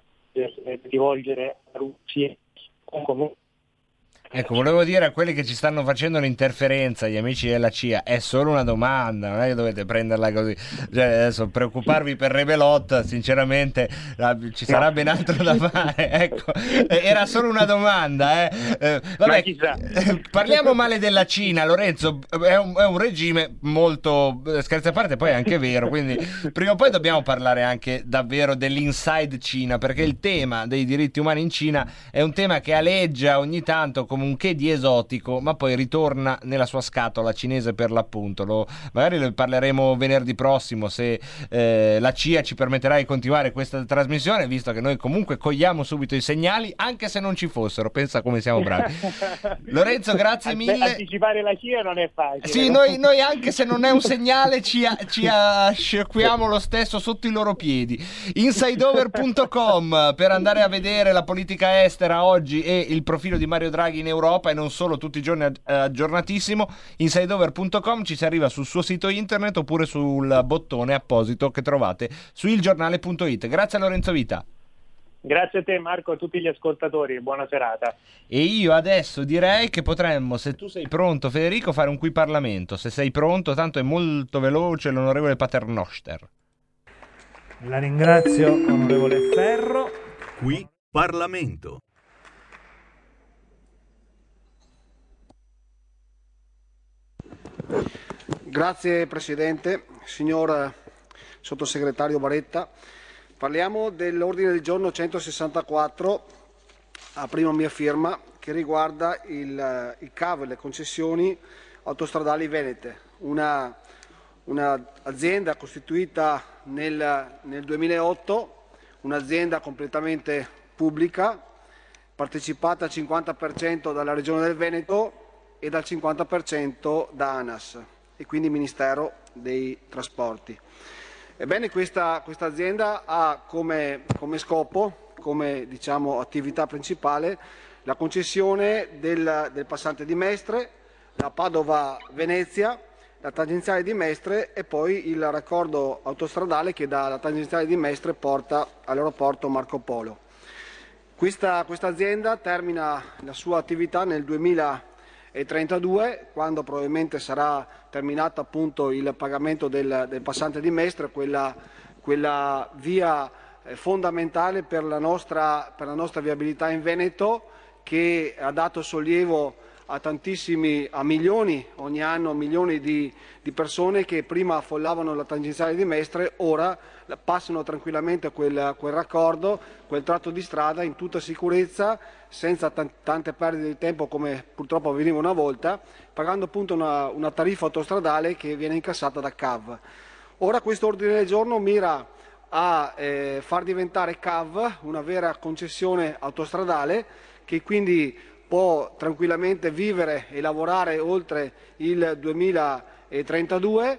rivolgere a Russia comunque. Ecco, volevo dire a quelli che ci stanno facendo l'interferenza, gli amici della C I A, è solo una domanda, non è che dovete prenderla così, cioè, adesso preoccuparvi per Rebelot, sinceramente ci sarà no. ben altro da fare, ecco, era solo una domanda, eh. Eh, vabbè, parliamo male della Cina, Lorenzo, è un, è un regime molto, scherzi a parte, poi è anche vero, quindi prima o poi dobbiamo parlare anche davvero dell'inside Cina, perché il tema dei diritti umani in Cina è un tema che aleggia ogni tanto come un che di esotico, ma poi ritorna nella sua scatola cinese per l'appunto. Lo, magari lo parleremo venerdì prossimo, se eh, la C I A ci permetterà di continuare questa trasmissione, visto che noi comunque cogliamo subito i segnali, anche se non ci fossero. Pensa come siamo bravi. Lorenzo, grazie mille. Anticipare la C I A non è facile. Sì, no? noi, noi anche se non è un segnale ci, ci sciacquiamo lo stesso sotto i loro piedi. Insideover punto com per andare a vedere la politica estera oggi e il profilo di Mario Draghi in Europa, e non solo, tutti i giorni aggiornatissimo. Insideover punto com, ci si arriva sul suo sito internet oppure sul bottone apposito che trovate su ilgiornale punto it. Grazie a Lorenzo Vita. Grazie a te Marco e a tutti gli ascoltatori, buona serata. E io adesso direi che potremmo, se tu sei pronto Federico, fare un qui Parlamento. Se sei pronto, tanto è molto veloce l'onorevole Paternoster. La ringrazio onorevole Ferro. Qui Parlamento. Grazie Presidente, signor Sottosegretario Baretta. Parliamo dell'ordine del giorno centosessantaquattro, a prima mia firma, che riguarda il, il C A V, le concessioni autostradali venete, una, una azienda costituita nel, nel duemilaotto, un'azienda completamente pubblica, partecipata al cinquanta per cento dalla Regione del Veneto e dal cinquanta per cento da ANAS e quindi Ministero dei Trasporti. Ebbene, questa, questa azienda ha come, come scopo, come diciamo, attività principale, la concessione del, del passante di Mestre, la Padova-Venezia, la tangenziale di Mestre e poi il raccordo autostradale che dalla tangenziale di Mestre porta all'aeroporto Marco Polo. Questa, questa azienda termina la sua attività nel duemilatrentadue, quando probabilmente sarà terminato appunto il pagamento del, del passante di Mestre, quella, quella via eh, fondamentale per la, nostra, per la nostra viabilità in Veneto, che ha dato sollievo a tantissimi, a milioni, ogni anno milioni di, di persone che prima affollavano la tangenziale di Mestre, ora passano tranquillamente quel, quel raccordo, quel tratto di strada in tutta sicurezza, senza t- tante perdite di tempo come purtroppo avveniva una volta, pagando appunto una, una tariffa autostradale che viene incassata da C A V. Ora questo ordine del giorno mira a eh, far diventare C A V una vera concessione autostradale che quindi può tranquillamente vivere e lavorare oltre il duemilatrentadue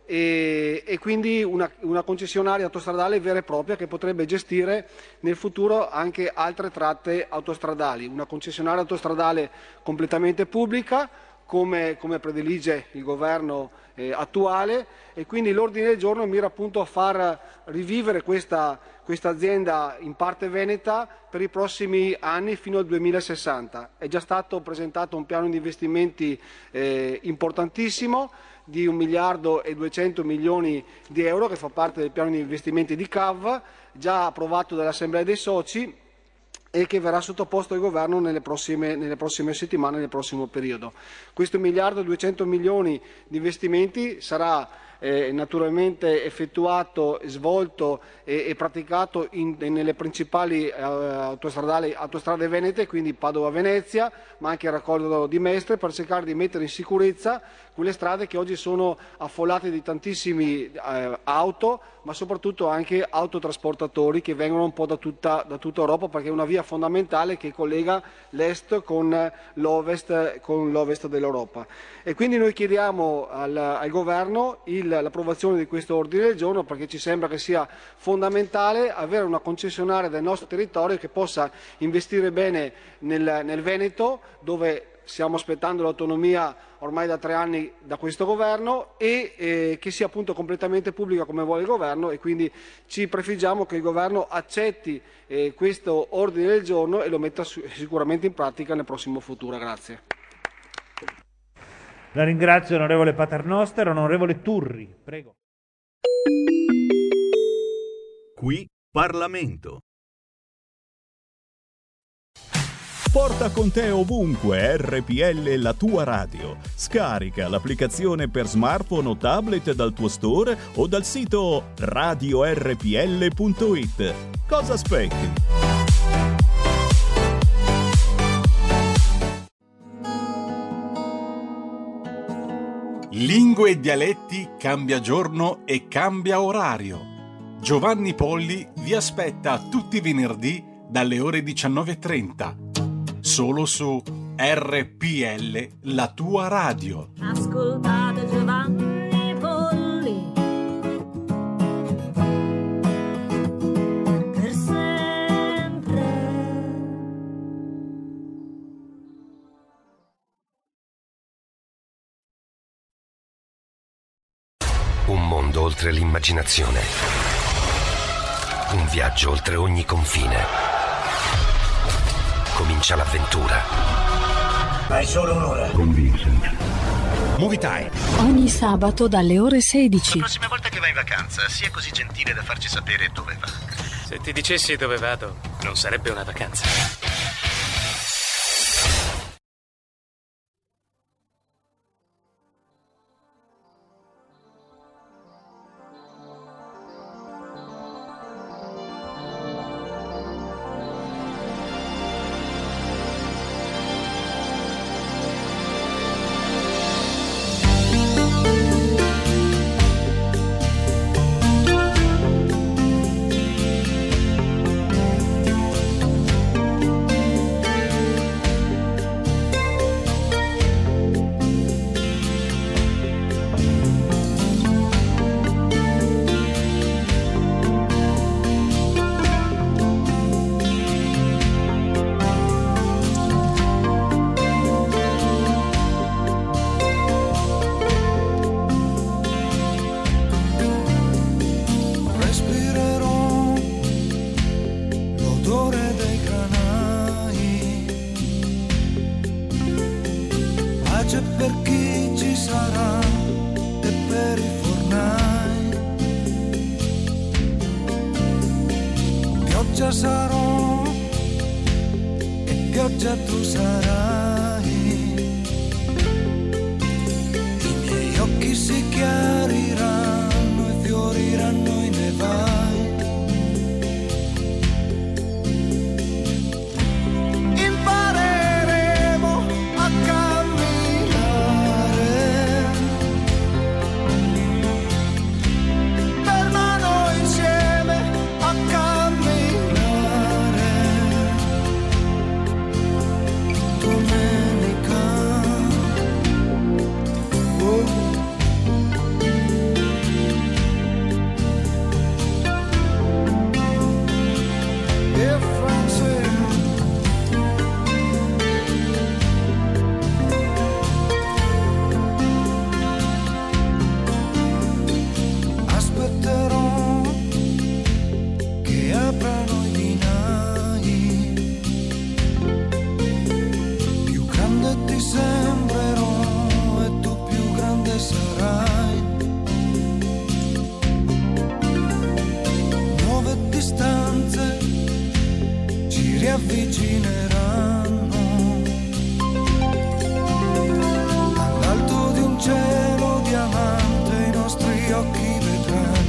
e, e quindi una, una concessionaria autostradale vera e propria che potrebbe gestire nel futuro anche altre tratte autostradali, una concessionaria autostradale completamente pubblica come, come predilige il governo eh, attuale, e quindi l'ordine del giorno mira appunto a far rivivere questa, questa azienda in parte veneta per i prossimi anni fino al duemilasessanta. È già stato presentato un piano di investimenti eh, importantissimo di un miliardo e duecento milioni di euro che fa parte del piano di investimenti di C A V, già approvato dall'Assemblea dei Soci e che verrà sottoposto al governo nelle prossime, nelle prossime settimane, nel prossimo periodo. Questo miliardo e duecento milioni di investimenti sarà eh, naturalmente effettuato, svolto e, e praticato in, nelle principali eh, autostradali, autostrade venete, quindi Padova-Venezia, ma anche il raccordo di Mestre, per cercare di mettere in sicurezza quelle strade che oggi sono affollate di tantissimi eh, auto, ma soprattutto anche autotrasportatori che vengono un po' da tutta, da tutta Europa, perché è una via fondamentale che collega l'est con l'ovest, con l'ovest dell'Europa. E quindi noi chiediamo al, al governo il, l'approvazione di questo ordine del giorno, perché ci sembra che sia fondamentale avere una concessionaria del nostro territorio che possa investire bene nel, nel Veneto, dove stiamo aspettando l'autonomia ormai da tre anni da questo governo, e eh, che sia appunto completamente pubblica come vuole il governo, e quindi ci prefiggiamo che il governo accetti eh, questo ordine del giorno e lo metta su- sicuramente in pratica nel prossimo futuro. Grazie. La ringrazio, onorevole Paternoster. Onorevole Turri, prego. Qui Parlamento. Porta con te ovunque R P L, la tua radio. Scarica l'applicazione per smartphone o tablet dal tuo store o dal sito radio erre pi elle punto it. Cosa aspetti? Lingue e dialetti cambia giorno e cambia orario. Giovanni Polli vi aspetta tutti i venerdì dalle ore diciannove e trenta. Solo su R P L, la tua radio. Ascoltate Giovanni Polli per sempre. Un mondo oltre l'immaginazione. Un viaggio oltre ogni confine. Comincia l'avventura. Hai solo un'ora. Con Vincent. Movie Time. Ogni sabato dalle ore sedici. La prossima volta che vai in vacanza, sia così gentile da farci sapere dove va. Se ti dicessi dove vado, non sarebbe una vacanza. pioggia sarò e pioggia tu sarai. I miei occhi si chiariranno e fioriranno i nevai. Impareremo a camminare per mano insieme a camminare. Domenica, oh. E Francia. Aspetterò che aprano i binari, più grande ti sembrerò e tu più grande sarai. Nuove distanze ci riavvicineranno all'alto di un cielo diamante, i nostri occhi vedranno.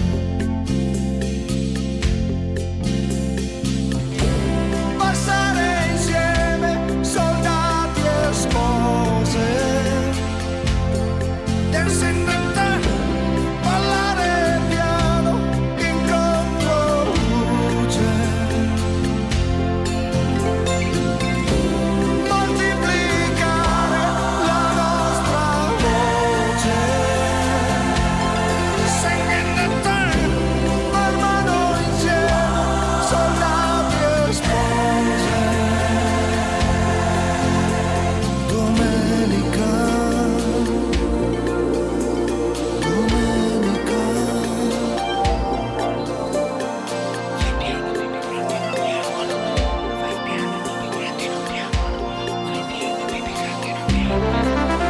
Passare insieme soldati e spose, dancing in the ballare piano in controluce, moltiplicare la nostra voce, singing the time, per mano insieme, soldati e spose. Domenica, domenica. Fai piano, baby, grandi non ti amano. Fai piano, baby, grandi non ti amano. Fai piano, baby, grandi non ti amano.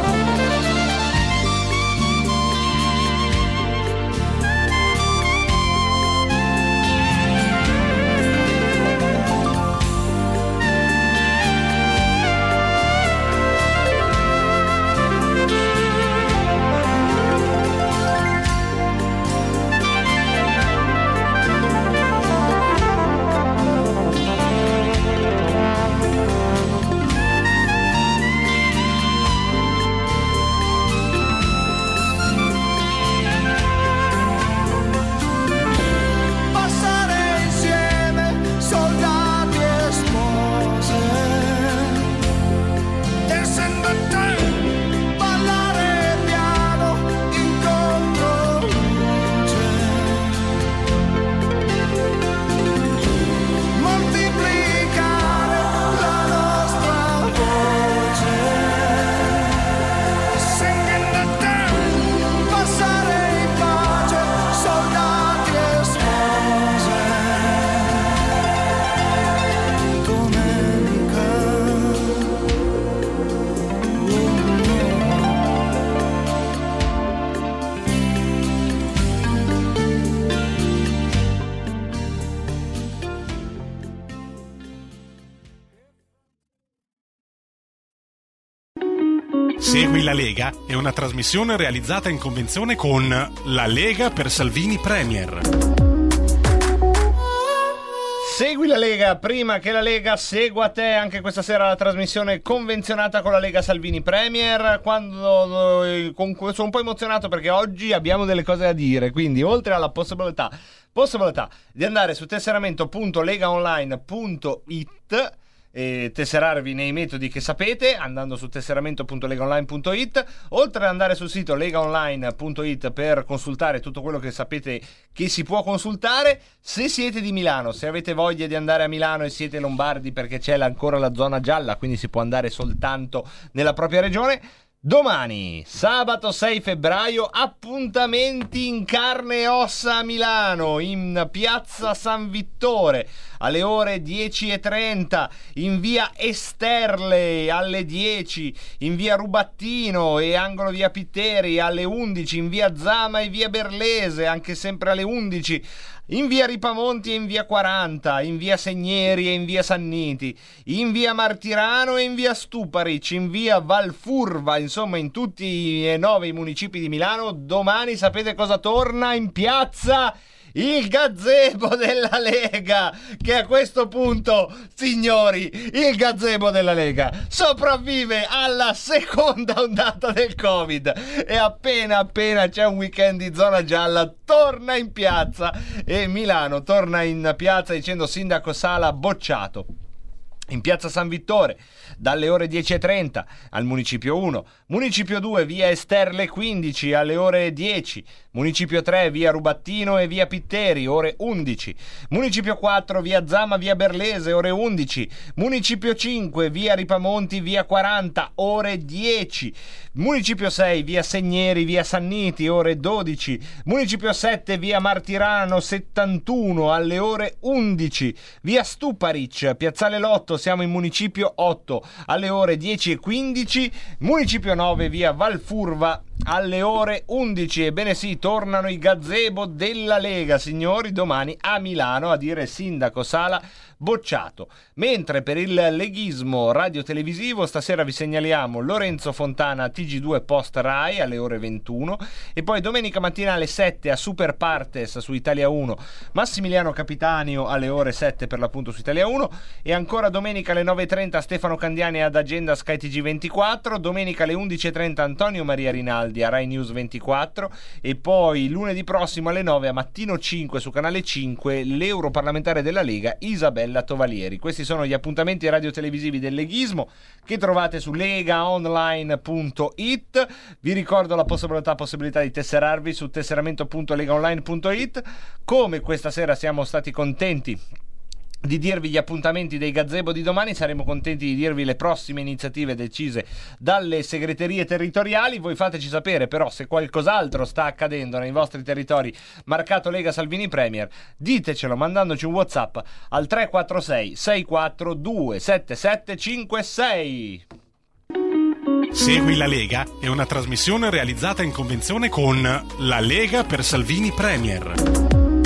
Passare insieme soldati e spose, dancing the time, ballare piano in controluce, moltiplicare la nostra voce, singing the time, passare in pace soldati e spose. Domenica, Segui la Lega è una trasmissione realizzata in convenzione con La Lega per Salvini Premier. Segui la Lega prima che la Lega segua te. Anche questa sera la trasmissione convenzionata con la Lega Salvini Premier. Quando eh, con, sono un po' emozionato perché oggi abbiamo delle cose da dire, quindi oltre alla possibilità possibilità di andare su tesseramento punto legaonline punto it e tesserarvi nei metodi che sapete andando su tesseramento punto legaonline punto it, oltre ad andare sul sito legaonline punto it per consultare tutto quello che sapete che si può consultare. Se siete di Milano, se avete voglia di andare a Milano e siete lombardi, perché c'è ancora la zona gialla, quindi si può andare soltanto nella propria regione, domani, sabato sei febbraio, appuntamenti in carne e ossa a Milano, in piazza San Vittore, alle ore dieci e trenta, in via Esterle alle dieci, in via Rubattino e angolo via Pitteri alle undici, in via Zama e via Berlese, anche sempre alle undici, in via Ripamonti e in via quaranta, in via Segneri e in via Sanniti, in via Martirano e in via Stuparic, in via Valfurva, insomma in tutti e nove i municipi di Milano. Domani sapete cosa torna in piazza? Il gazebo della Lega, che a questo punto, signori, il gazebo della Lega sopravvive alla seconda ondata del Covid e appena appena c'è un weekend di zona gialla torna in piazza, e Milano torna in piazza dicendo sindaco Sala bocciato. In piazza San Vittore dalle ore dieci e trenta al Municipio uno, Municipio due via Esterle quindici alle ore dieci, Municipio tre via Rubattino e via Pitteri ore undici, Municipio quattro via Zama via Berlese ore undici, Municipio cinque via Ripamonti via quaranta ore dieci, Municipio sei via Segneri via Sanniti ore dodici, Municipio sette via Martirano settantuno alle ore undici, via Stuparic piazzale Lotto, siamo in Municipio otto alle ore dieci e quindici, Municipio nove via Valfurva alle ore undici. Ebbene sì, tornano i gazebo della Lega, signori, domani a Milano, a dire sindaco Sala bocciato. Mentre per il leghismo radiotelevisivo stasera vi segnaliamo Lorenzo Fontana T G due Post Rai alle ore ventuno, e poi domenica mattina alle sette a Super Partes su Italia uno Massimiliano Capitanio alle ore sette per l'appunto su Italia uno, e ancora domenica alle nove e trenta Stefano Candiani ad Agenda Sky T G ventiquattro, domenica alle undici e trenta Antonio Maria Rinaldi a Rai News ventiquattro, e poi lunedì prossimo alle nove a Mattino cinque su Canale cinque l'europarlamentare della Lega Isabella Tovalieri. Questi sono gli appuntamenti radiotelevisivi del leghismo che trovate su legaonline punto it. Vi ricordo la possibilità, possibilità di tesserarvi su tesseramento punto legaonline punto it. Come questa sera siamo stati contenti di dirvi gli appuntamenti dei gazebo di domani, saremo contenti di dirvi le prossime iniziative decise dalle segreterie territoriali. Voi fateci sapere però se qualcos'altro sta accadendo nei vostri territori marcato Lega Salvini Premier, ditecelo mandandoci un WhatsApp al tre quattro sei sei quattro due sette sette cinque sei. Segui la Lega è una trasmissione realizzata in convenzione con la Lega per Salvini Premier.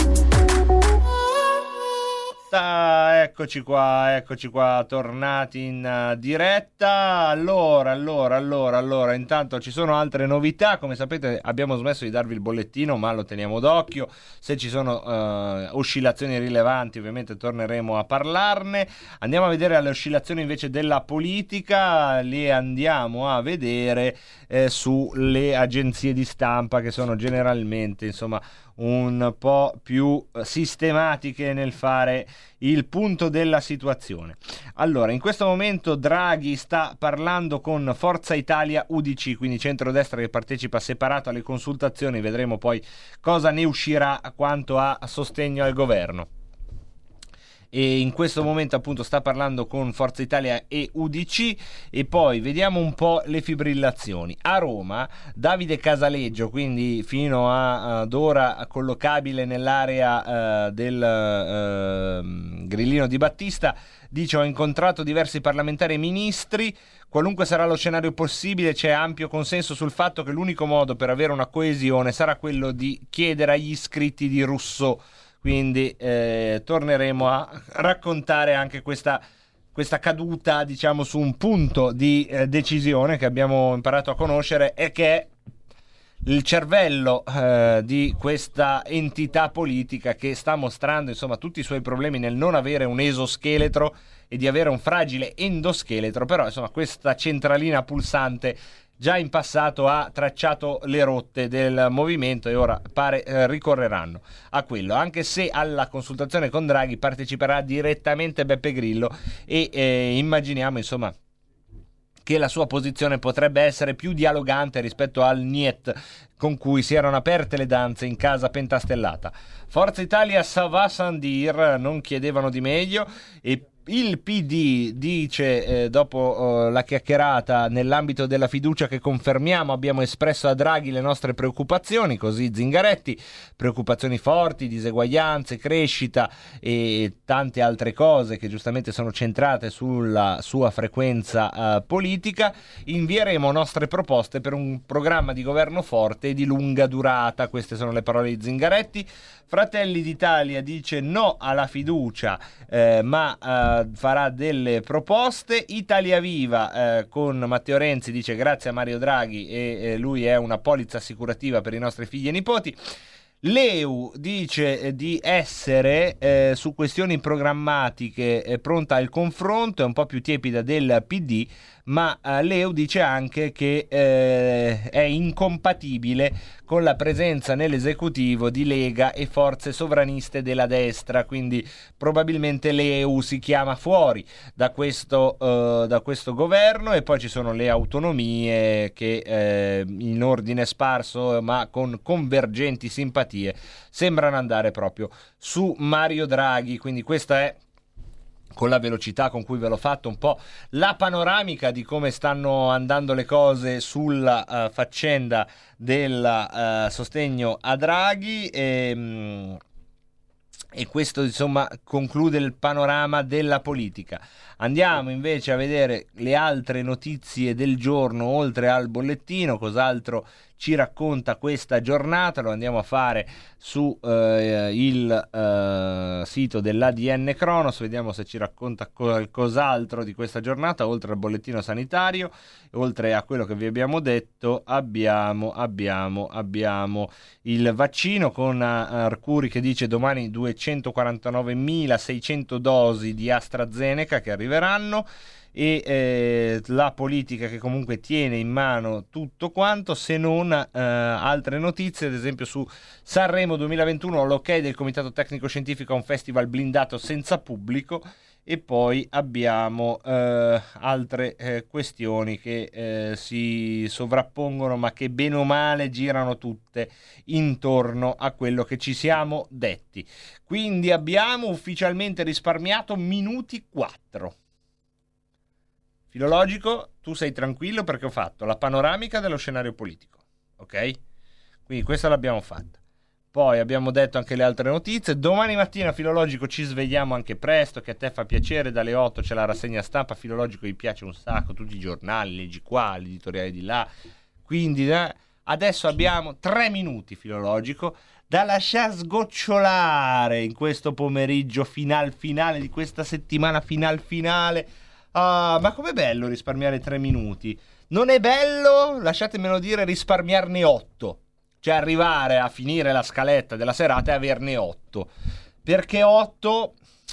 Eccoci qua, eccoci qua, tornati in uh, diretta. Allora, allora, allora, allora, intanto ci sono altre novità. Come sapete abbiamo smesso di darvi il bollettino, ma lo teniamo d'occhio. Se ci sono uh, oscillazioni rilevanti, ovviamente torneremo a parlarne. Andiamo a vedere le oscillazioni invece della politica. Le andiamo a vedere eh, sulle agenzie di stampa, che sono generalmente, insomma, un po' più sistematiche nel fare il punto della situazione. Allora, in questo momento Draghi sta parlando con Forza Italia U D C, quindi centrodestra che partecipa separato alle consultazioni. Vedremo poi cosa ne uscirà quanto a sostegno al governo. E in questo momento appunto sta parlando con Forza Italia e U D C. E poi vediamo un po' le fibrillazioni. A Roma Davide Casaleggio, quindi fino a, ad ora collocabile nell'area uh, del uh, grillino di Battista, dice: ho incontrato diversi parlamentari e ministri. Qualunque sarà lo scenario possibile, c'è ampio consenso sul fatto che l'unico modo per avere una coesione sarà quello di chiedere agli iscritti di Rousseau. Quindi eh, torneremo a raccontare anche questa, questa caduta, diciamo, su un punto di eh, decisione che abbiamo imparato a conoscere, e che è il cervello eh, di questa entità politica che sta mostrando, insomma, tutti i suoi problemi nel non avere un esoscheletro e di avere un fragile endoscheletro. Però, insomma, questa centralina pulsante già in passato ha tracciato le rotte del movimento, e ora pare eh, ricorreranno a quello, anche se alla consultazione con Draghi parteciperà direttamente Beppe Grillo, e eh, immaginiamo, insomma, che la sua posizione potrebbe essere più dialogante rispetto al Niet con cui si erano aperte le danze in casa pentastellata. Forza Italia, ça va sans dire, non chiedevano di meglio, e Il P D dice, eh, dopo eh, la chiacchierata nell'ambito della fiducia che confermiamo, abbiamo espresso a Draghi le nostre preoccupazioni, così Zingaretti, preoccupazioni forti, diseguaglianze, crescita e tante altre cose che giustamente sono centrate sulla sua frequenza eh, politica. Invieremo nostre proposte per un programma di governo forte e di lunga durata. Queste sono le parole di Zingaretti. Fratelli d'Italia dice no alla fiducia, eh, ma eh, farà delle proposte. Italia Viva eh, con Matteo Renzi dice grazie a Mario Draghi e eh, lui è una polizza assicurativa per i nostri figli e nipoti. L'E U dice eh, di essere eh, su questioni programmatiche eh, pronta al confronto, è un po' più tiepida del P D, ma eh, l'E U dice anche che eh, è incompatibile con la presenza nell'esecutivo di Lega e forze sovraniste della destra, quindi probabilmente l'E U si chiama fuori da questo, eh, da questo governo. E poi ci sono le autonomie che eh, in ordine sparso ma con convergenti simpatie sembrano andare proprio su Mario Draghi. Quindi questa è, con la velocità con cui ve l'ho fatto, un po' la panoramica di come stanno andando le cose sulla uh, faccenda del uh, sostegno a Draghi e, mh, e questo insomma conclude il panorama della politica. Andiamo invece a vedere le altre notizie del giorno oltre al bollettino, cos'altro ci racconta questa giornata. Lo andiamo a fare su eh, il eh, sito dell'A D N Cronos, vediamo se ci racconta qualcos'altro di questa giornata oltre al bollettino sanitario. Oltre a quello che vi abbiamo detto abbiamo abbiamo abbiamo il vaccino con Arcuri che dice domani duecentoquarantanovemilaseicento dosi di AstraZeneca che arriveranno, e eh, la politica che comunque tiene in mano tutto quanto, se non eh, altre notizie, ad esempio su Sanremo duemilaventuno, l'ok del Comitato Tecnico Scientifico a un festival blindato senza pubblico. E poi abbiamo eh, altre eh, questioni che eh, si sovrappongono ma che bene o male girano tutte intorno a quello che ci siamo detti. Quindi abbiamo ufficialmente risparmiato minuti quattro. Filologico, tu sei tranquillo perché ho fatto la panoramica dello scenario politico, ok? Quindi questa l'abbiamo fatta. Poi abbiamo detto anche le altre notizie. Domani mattina Filologico ci svegliamo anche presto, che a te fa piacere, dalle otto c'è la rassegna stampa. Filologico gli piace un sacco, tutti i giornali, leggi qua, l'editoriale di là. Quindi eh, adesso abbiamo tre minuti Filologico da lasciar sgocciolare in questo pomeriggio final finale di questa settimana final finale. Ah, ma com'è bello risparmiare tre minuti. Non è bello, lasciatemelo dire, risparmiarne otto. Cioè arrivare a finire la scaletta della serata e averne otto. Perché otto...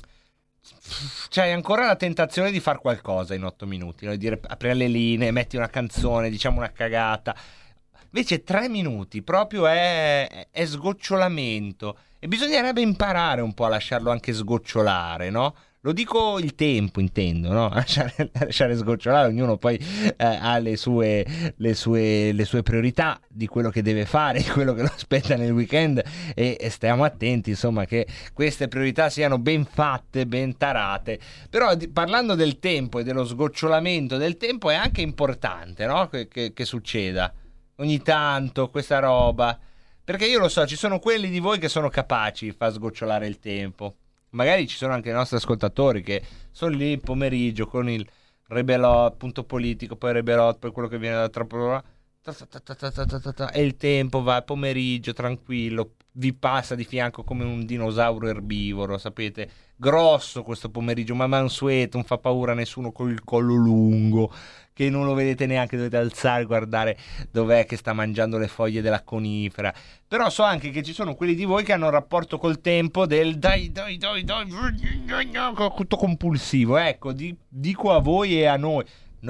C'hai ancora la tentazione di far qualcosa in otto minuti, no? Di dire aprire le linee, metti una canzone, diciamo una cagata. Invece tre minuti proprio è, è sgocciolamento. E bisognerebbe imparare un po' a lasciarlo anche sgocciolare, no? Lo dico il tempo, intendo, no? Lasciare, lasciare sgocciolare, ognuno poi eh, ha le sue, le, sue, le sue priorità di quello che deve fare, di quello che lo aspetta nel weekend, e, e stiamo attenti, insomma, che queste priorità siano ben fatte, ben tarate. Però di, parlando del tempo e dello sgocciolamento del tempo, è anche importante, no? Che, che, che succeda ogni tanto questa roba, perché io lo so, ci sono quelli di voi che sono capaci di far sgocciolare il tempo. Magari ci sono anche i nostri ascoltatori che sono lì il pomeriggio con il rebelot, punto politico, poi rebelot, poi quello che viene da troppo, e il tempo va, pomeriggio tranquillo, vi passa di fianco come un dinosauro erbivoro, sapete, grosso questo pomeriggio, ma mansueto, non fa paura a nessuno con il collo lungo, che non lo vedete neanche, dovete alzare, guardare dov'è che sta mangiando le foglie della conifera. Però so anche che ci sono quelli di voi che hanno un rapporto col tempo del dai dai dai dai, tutto compulsivo. Ecco, di, dico a voi e a noi,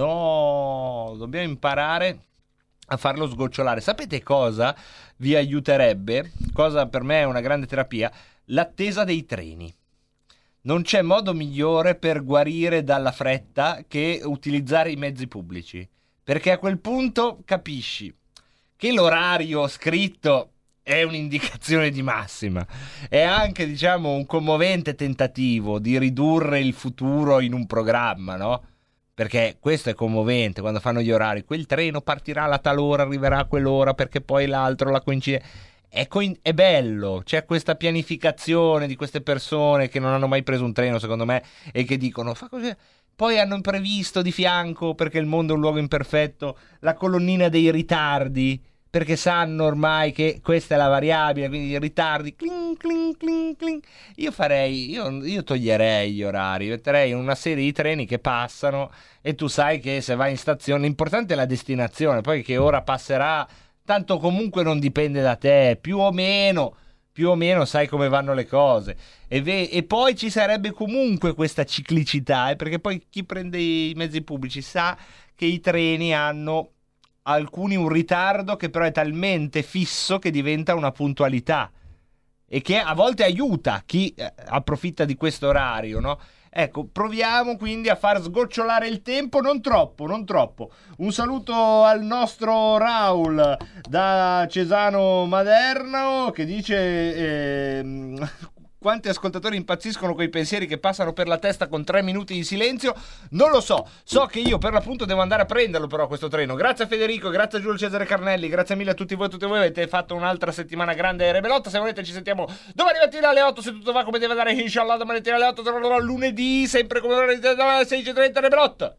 no, dobbiamo imparare a farlo sgocciolare. Sapete cosa vi aiuterebbe? Cosa per me è una grande terapia? L'attesa dei treni. Non c'è modo migliore per guarire dalla fretta che utilizzare i mezzi pubblici, perché a quel punto capisci che l'orario scritto è un'indicazione di massima. È anche, diciamo, un commovente tentativo di ridurre il futuro in un programma, no? Perché questo è commovente, quando fanno gli orari, quel treno partirà alla tal ora, arriverà a quell'ora perché poi l'altro la coincide. È, co- è bello, c'è questa pianificazione di queste persone che non hanno mai preso un treno, secondo me, e che dicono fa così. Poi hanno imprevisto di fianco, perché il mondo è un luogo imperfetto, la colonnina dei ritardi, perché sanno ormai che questa è la variabile, quindi i ritardi, cling, cling, cling, cling. Io farei, io, io toglierei gli orari, metterei una serie di treni che passano e tu sai che se vai in stazione, l'importante è la destinazione, poi che ora passerà, tanto comunque non dipende da te, più o meno, più o meno sai come vanno le cose. E, ve- e poi ci sarebbe comunque questa ciclicità, eh, perché poi chi prende i mezzi pubblici sa che i treni hanno alcuni un ritardo che però è talmente fisso che diventa una puntualità e che a volte aiuta chi eh, approfitta di questo orario, no? Ecco, proviamo quindi a far sgocciolare il tempo, non troppo, non troppo. Un saluto al nostro Raul da Cesano Maderno che dice eh, quanti ascoltatori impazziscono coi pensieri che passano per la testa con tre minuti di silenzio. Non lo so, so che io per l'appunto devo andare a prenderlo però questo treno. Grazie a Federico, grazie a Giulio Cesare Carnelli, grazie mille a tutti voi, tutti voi avete fatto un'altra settimana grande a Rebelotta. Se volete ci sentiamo domani mattina alle otto, se tutto va come deve andare, inshallah domani mattina alle otto, tornerò lunedì sempre come alle sedici e trenta Rebelotta.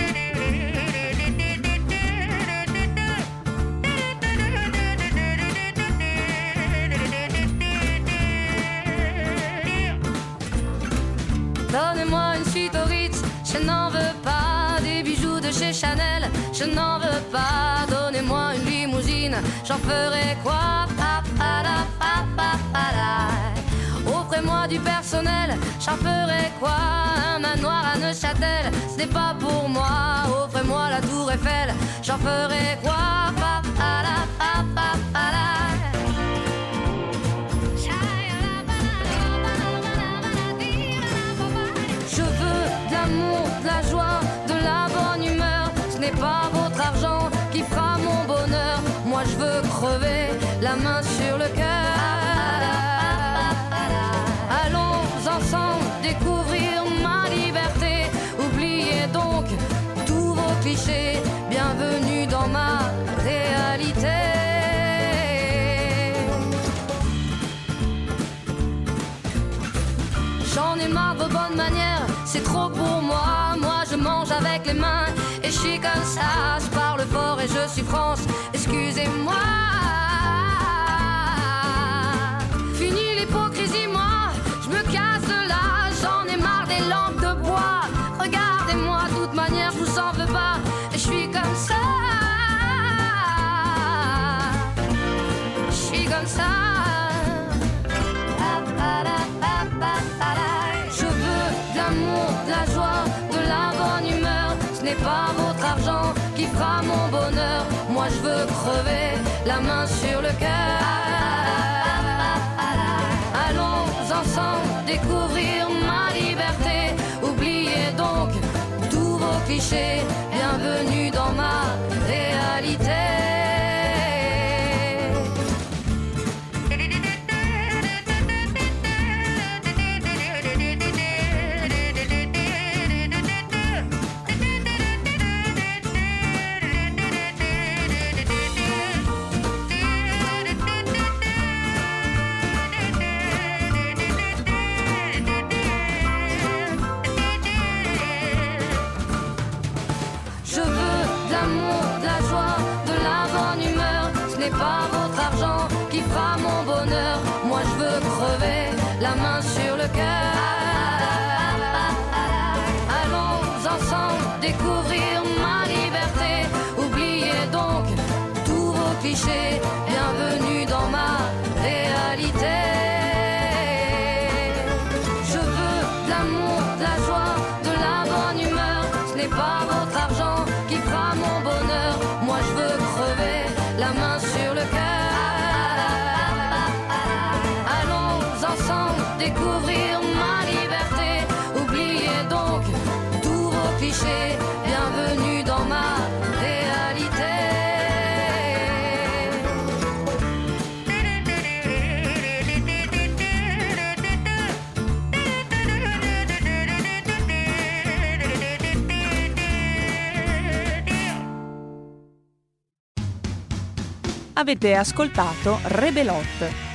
Donnez-moi une suite au Ritz, je n'en veux pas. Des bijoux de chez Chanel, je n'en veux pas. Donnez-moi une limousine, j'en ferai quoi? Pa, pa, la, pa, pa, pa, la. Offrez-moi du personnel, j'en ferai quoi? Un manoir à Neuchâtel, ce n'est pas pour moi. Offrez-moi la tour Eiffel, j'en ferai quoi? Pa, pa, la, pa, pa, pa, la. De la joie, de la bonne humeur, ce n'est pas votre argent qui fera mon bonheur. Moi je veux crever la main sur le cœur. Allons ensemble découvrir ma liberté. Oubliez donc tous vos clichés. Bienvenue dans ma réalité. J'en ai marre de vos bonnes manières, c'est trop pour moi. Moi je mange avec les mains et je suis comme ça. Je parle fort et je suis France, excusez-moi. Fini l'hypocrisie, moi je me casse de là. J'en ai marre des lampes de bois. Regardez-moi, de toute manière je vous en veux pas. Et je suis comme ça. Je suis comme ça. De la joie, de la bonne humeur, ce n'est pas votre argent qui fera mon bonheur. Moi je veux crever la main sur le cœur. Allons ensemble découvrir ma liberté. Oubliez donc tous vos clichés. Bienvenue dans ma réalité. Pas votre argent qui fera mon bonheur. Moi je veux crever la main sur le cœur. Allons ensemble découvrir ma liberté. Oubliez donc tous vos clichés. Bienvenue dans ma réalité. Je veux de l'amour, de la joie, de la bonne humeur. Ce n'est pas votre argent qui fera mon bonheur. Moi je veux crever la main sur le cœur. Allons ensemble découvrir ma liberté. Oubliez donc tous vos clichés. Bienvenue dans ma réalité. Avete ascoltato Rebelot.